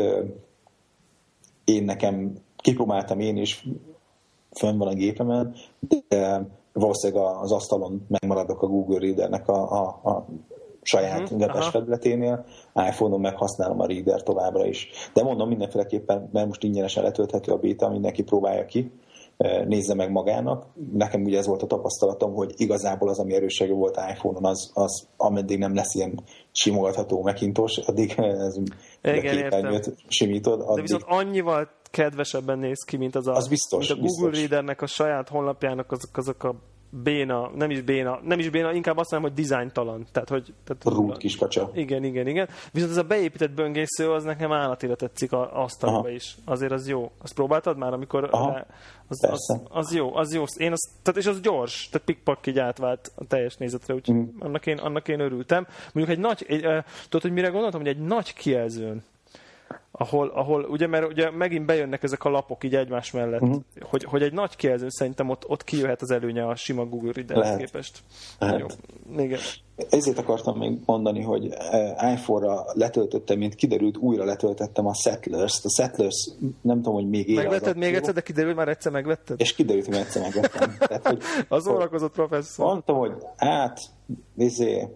Speaker 3: én nekem, kipróbáltam én is, fönn van a gépemen, de valószínűleg az asztalon megmaradok a Google Readernek a, a, a saját hmm, webes felületénél, iPhone-on meg használom a Reader továbbra is. De mondom mindenféleképpen, mert most ingyenesen letölthető a béta, mindenki próbálja ki, nézze meg magának. Nekem ugye ez volt a tapasztalatom, hogy igazából az, ami erőssége volt iPhone-on, az, az ameddig nem lesz ilyen simogatható Macintosh, addig ez képernyőt simítod. Addig...
Speaker 1: De viszont annyival kedvesebben néz ki, mint az a,
Speaker 3: az biztos,
Speaker 1: mint a Google
Speaker 3: biztos.
Speaker 1: Readernek a saját honlapjának azok, azok a béna, nem is béna, nem is béna, inkább azt mondom, hogy dizájntalan. Tehát, hogy... Tehát,
Speaker 3: Rút kis kacsa.
Speaker 1: Igen, igen, igen. Viszont ez a beépített böngésző, az nekem állatira tetszik a asztalba is. Azért az jó. Azt próbáltad már, amikor...
Speaker 3: Aha,
Speaker 1: az, az, az jó, az jó. Én az, tehát, és az gyors, tehát pikpak így átvált a teljes nézetre, úgyhogy mm. annak, én, annak én örültem. Mondjuk egy nagy, egy, uh, tudod, hogy mire gondoltam, hogy egy nagy kijelzőn, ahol, ahol ugye, mert ugye megint bejönnek ezek a lapok így egymás mellett, uh-huh. hogy, hogy egy nagy kijelző szerintem ott, ott kijöhet az előnye a sima Google Readerhez képest.
Speaker 3: Lehet.
Speaker 1: Jó. Igen.
Speaker 3: Ezért akartam még mondani, hogy iPhone-ra letöltöttem, mint kiderült, újra letöltettem a Settlers-t. A Settlers, nem tudom, hogy még él.
Speaker 1: Megvetted még egyszer, de kiderült, már egyszer megvetted?
Speaker 3: És kiderült, hogy egyszer megvettem. Tehát, hogy,
Speaker 1: az órakozott professzor.
Speaker 3: Mondtam, hogy hát, izé,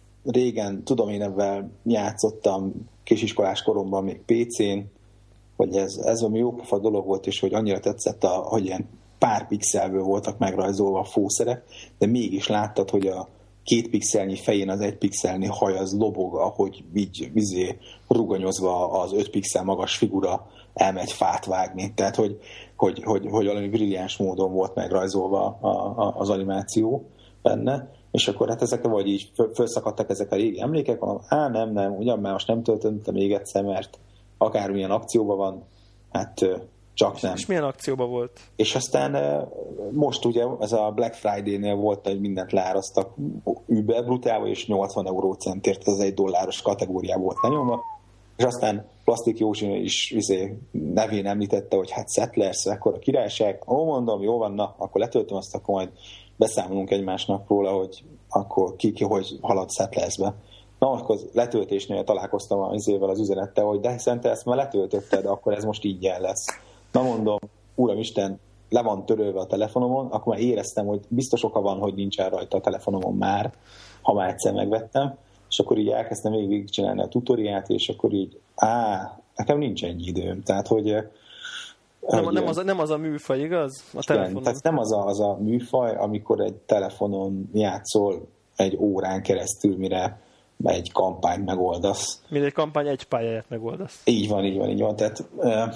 Speaker 3: régen, tudom, én ebben játszottam kisiskolás koromban még pé cén, hogy ez, ez valami jópofa dolog volt, és hogy annyira tetszett, a, hogy ilyen pár pixelből voltak megrajzolva a fószerek, de mégis láttad, hogy a két pixelnyi fején az egy pixelnyi haj az lobog, ahogy így izé, ruganyozva az öt pixel magas figura elmegy fát vágni. Tehát, hogy, hogy, hogy, hogy valami brilliáns módon volt megrajzolva a, a, az animáció benne, és akkor hát ezek vagy így felszakadtak ezek a régi emlékek, á nem, nem, ugyan már most nem töltöttem még egyszer, mert akármilyen akcióban van, hát csak nem.
Speaker 1: És milyen akcióban volt?
Speaker 3: És aztán most ugye ez a Black Friday-nél volt, hogy mindent leáraztak über brutálba, és nyolcvan eurócentért az egy dolláros kategóriá volt lenyomva, és aztán Plastik Józsi is izé, nevén említette, hogy hát Settlers, akkor a királyság, ó mondom, jó van, na, akkor letöltöm azt, akkor majd beszámolunk egymásnak róla, hogy akkor ki, ki hogy halad Settlersbe. Na, akkor letöltésnél találkoztam az évvel az üzenettel, hogy de hiszen te ezt már letöltötted, akkor ez most így lesz. Na mondom, Uramisten, le van törölve a telefonomon, akkor már éreztem, hogy biztos oka van, hogy nincsen rajta a telefonomon már, ha már egyszer megvettem, és akkor így elkezdtem még végigcsinálni a tutoriát, és akkor így, á, nekem nincs ennyi időm. Tehát, hogy...
Speaker 1: Nem,
Speaker 3: hogy
Speaker 1: nem, az, nem az a műfaj, igaz? A telefonon.
Speaker 3: Tehát nem az a, az a műfaj, amikor egy telefonon játszol egy órán keresztül, mire egy kampányt megoldasz.
Speaker 1: Mire egy kampány egy pályáját megoldasz.
Speaker 3: Így van, így van, így van. Tehát... Uh,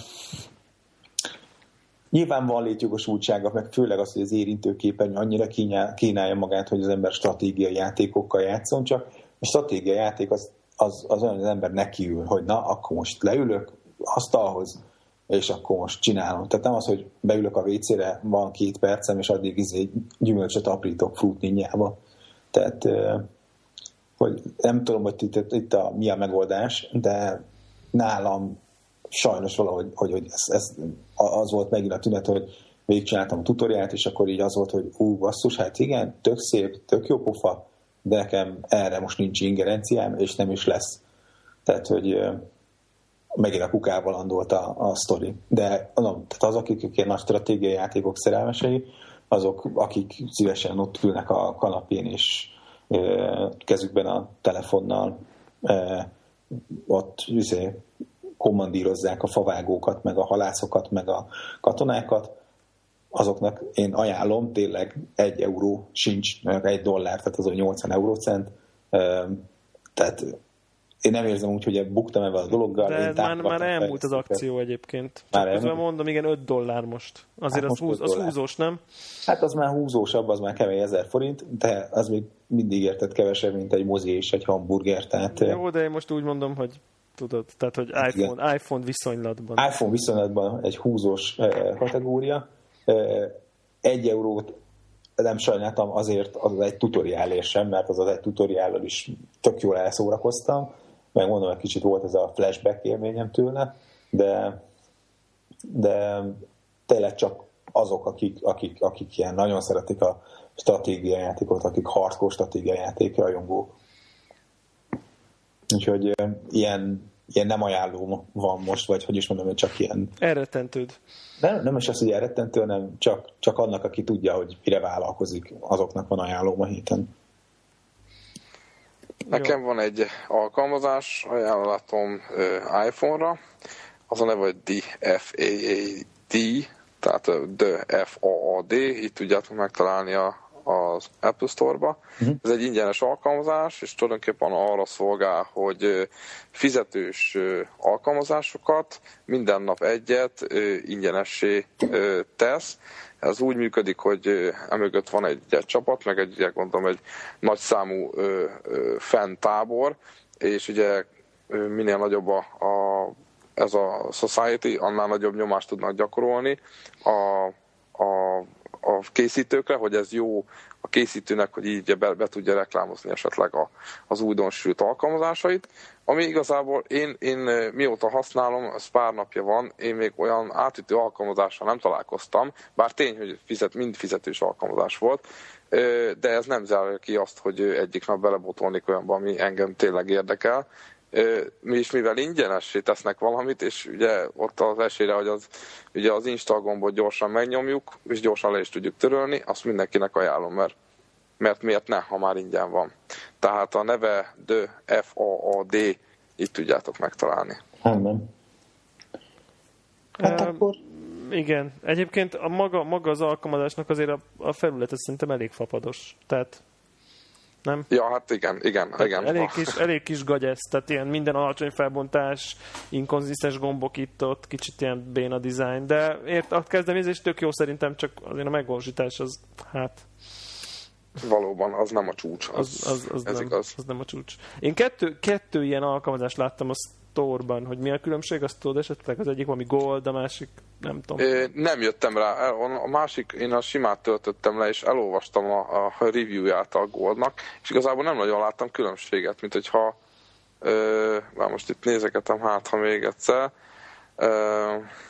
Speaker 3: nyilván van létjogosultsága, meg főleg az, hogy az érintőképernyő annyira kínálja magát, hogy az ember stratégiai játékokkal játszon, csak a stratégiai játék az, az, az olyan, hogy az ember nekiül, hogy na, akkor most leülök asztalhoz, és akkor most csinálom. Tehát nem az, hogy beülök a vécére, van két percem, és addig izé gyümölcsöt aprítok Fruit Ninjába. Tehát, hogy nem tudom, hogy itt, itt a, mi a megoldás, de nálam sajnos valahogy, hogy, hogy ez, ez, az volt megint a tünet, hogy végigcsináltam a tutoriát, és akkor így az volt, hogy ú, basszus, hát igen, tök szép, tök jó pofa, de nekem erre most nincs ingerenciám, és nem is lesz. Tehát, hogy megint a kukába landolt a, a sztori. De mondom, tehát az, akik ilyen nagy stratégiai játékok szerelmesei, azok, akik szívesen ott ülnek a kanapén, és e, kezükben a telefonnal e, ott üzé, kommandírozzák a favágókat, meg a halászokat, meg a katonákat, azoknak én ajánlom, tényleg egy euró sincs, egy dollár, tehát az a nyolcvan eurócent. Tehát én nem érzem úgy, hogy buktam ebben a dologgal.
Speaker 1: De már, már elmúlt az akció egyébként.
Speaker 3: Már elmúlt?
Speaker 1: Mondom, igen, öt dollár most. Azért hát az, most húz, az húzós, nem?
Speaker 3: Hát az már húzósabb, az már kemény ezer forint, de az még mindig érted kevesebb, mint egy mozi és egy hamburger. Tehát...
Speaker 1: Jó, de én most úgy mondom, hogy tudod, tehát, hogy iPhone, iPhone viszonylatban.
Speaker 3: iPhone viszonylatban egy húzós kategória. Egy eurót nem sajnáltam azért az egy tutoriálért sem, mert az az egy tutoriállal is tök jól elszórakoztam, meg mondom, egy kicsit volt ez a flashback élményem tőle, de, de tényleg csak azok, akik, akik, akik ilyen nagyon szeretik a stratégiai játékot, akik hardcore stratégiai játék rajongók. Úgyhogy ilyen, ilyen nem ajánló van most, vagy hogy is mondom, hogy csak ilyen...
Speaker 1: Elrettentőd.
Speaker 3: Nem, nem is az, hogy elrettentő, hanem csak, csak annak, aki tudja, hogy mire vállalkozik, azoknak van ajánlóm a héten.
Speaker 2: Nekem van egy alkalmazás ajánlatom uh, iPhone-ra, az a neve, hogy D F A A D, tehát The F A A D, itt tudjátok megtalálni a, az Apple Store-ba. Uh-huh. Ez egy ingyenes alkalmazás, és tulajdonképpen arra szolgál, hogy fizetős alkalmazásokat minden nap egyet ingyenessé tesz. Ez úgy működik, hogy emögött van egy, egy csapat, meg egy, ugye, gondolom, egy nagyszámú fan-tábor, és ugye minél nagyobb a, a, ez a society, annál nagyobb nyomást tudnak gyakorolni a, a, a készítőkre, hogy ez jó a készítőnek, hogy így be, be tudja reklámozni esetleg a, az újdonsült alkalmazásait. Ami igazából én, én mióta használom, ez pár napja van, én még olyan átütő alkalmazással nem találkoztam, bár tény, hogy fizet, mind fizetős alkalmazás volt, de ez nem zárja ki azt, hogy egyik nap belebotolnék olyanba, ami engem tényleg érdekel. Mi is mivel ingyenessé tesznek valamit, és ugye ott az esélyre, hogy az, ugye az install gombot gyorsan megnyomjuk, és gyorsan le is tudjuk törölni, azt mindenkinek ajánlom, mert, mert miért ne, ha már ingyen van. Tehát a neve The F A A D, itt tudjátok megtalálni.
Speaker 3: Amen. Hát
Speaker 1: uh,
Speaker 3: akkor...
Speaker 1: Igen. Egyébként a maga, maga az alkalmazásnak azért a, a felülete szerintem elég fapados. Tehát nem?
Speaker 2: Ja, hát igen, igen, igen.
Speaker 1: Elég kis, elég kis gagyesz, tehát ilyen minden alacsony felbontás, inkonzisztens gombok itt-ott, kicsit ilyen béna design, de ért, a kezdeményezés tök jó szerintem, csak azért a megvalósítás az, hát...
Speaker 2: Valóban, az nem a csúcs. Az,
Speaker 1: az, az, az,
Speaker 2: ez
Speaker 1: nem,
Speaker 2: igaz.
Speaker 1: az nem a csúcs. Én kettő, kettő ilyen alkalmazást láttam a Store-ban, hogy mi a különbség, azt tudod esetleg? Az egyik valami Gold, a másik nem tudom.
Speaker 2: É, nem jöttem rá. A másik, én a simát töltöttem le, és elolvastam a, a review-ját a Goldnak, és igazából nem nagyon láttam különbséget, mint hogyha ö, már most itt nézegetem, hát ha még egyszer, ö,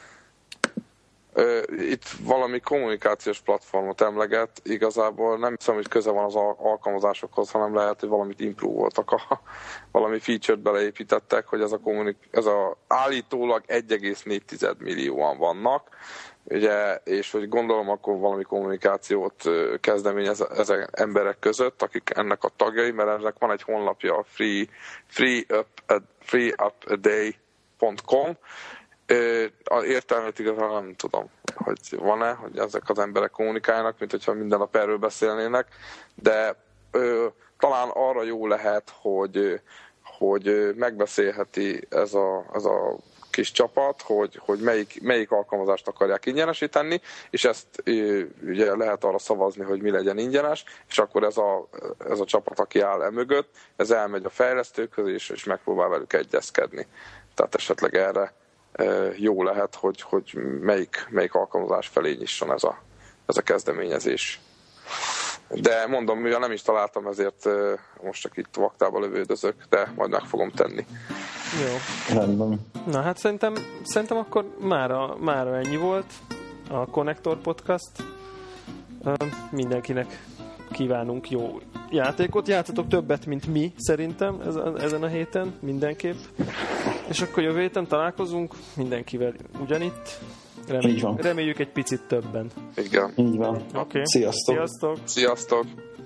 Speaker 2: ö, itt valami kommunikációs platformot emleget, igazából nem hiszem, hogy köze van az alkalmazásokhoz, hanem lehet, hogy valamit improve-oltak, a, valami feature-t beleépítettek, hogy ez a, kommunik- ez a állítólag egy egész négy millióan vannak, ugye, és hogy gondolom akkor valami kommunikációt kezdeményez ezek emberek között, akik ennek a tagjai, mert ennek van egy honlapja, a free, free up a, free up a day pont com. Az értelmét igazából nem tudom, hogy van-e, hogy ezek az emberek kommunikálnak, mint hogyha minden nap erről beszélnének, de ö, talán arra jó lehet, hogy, hogy megbeszélheti ez a, ez a kis csapat, hogy, hogy melyik, melyik alkalmazást akarják ingyenesíteni, és ezt ugye lehet arra szavazni, hogy mi legyen ingyenes, és akkor ez a, ez a csapat, aki áll e mögött, ez elmegy a fejlesztőkhöz, és, és megpróbál velük egyezkedni. Tehát esetleg erre jó lehet, hogy, hogy melyik, melyik alkalmazás felé nyisson ez a, ez a kezdeményezés. De mondom, mivel nem is találtam, ezért most csak itt vaktába lövődözök, de majd meg fogom tenni.
Speaker 1: Jó.
Speaker 3: Rendben.
Speaker 1: Na hát szerintem, szerintem akkor mára, mára ennyi volt a Connector Podcast. Mindenkinek kívánunk jó játékot. Játszatok többet, mint mi, szerintem ezen a héten, mindenképp. És akkor jövő héten találkozunk mindenkivel ugyanitt. Reméljük, reméljük egy picit többen.
Speaker 2: Igen.
Speaker 3: Így van.
Speaker 1: Okay.
Speaker 3: Sziasztok.
Speaker 1: Sziasztok.
Speaker 2: Sziasztok.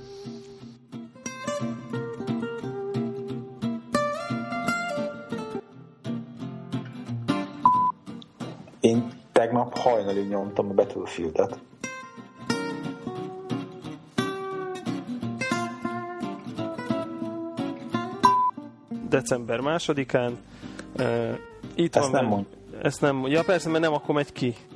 Speaker 3: Én tegnap hajnalig nyomtam a Battlefieldet.
Speaker 1: december másodikán. Uh, itt
Speaker 3: Ezt
Speaker 1: van
Speaker 3: nem
Speaker 1: meg...
Speaker 3: mond.
Speaker 1: Ezt nem, ja persze, mert nem akkor megy ki.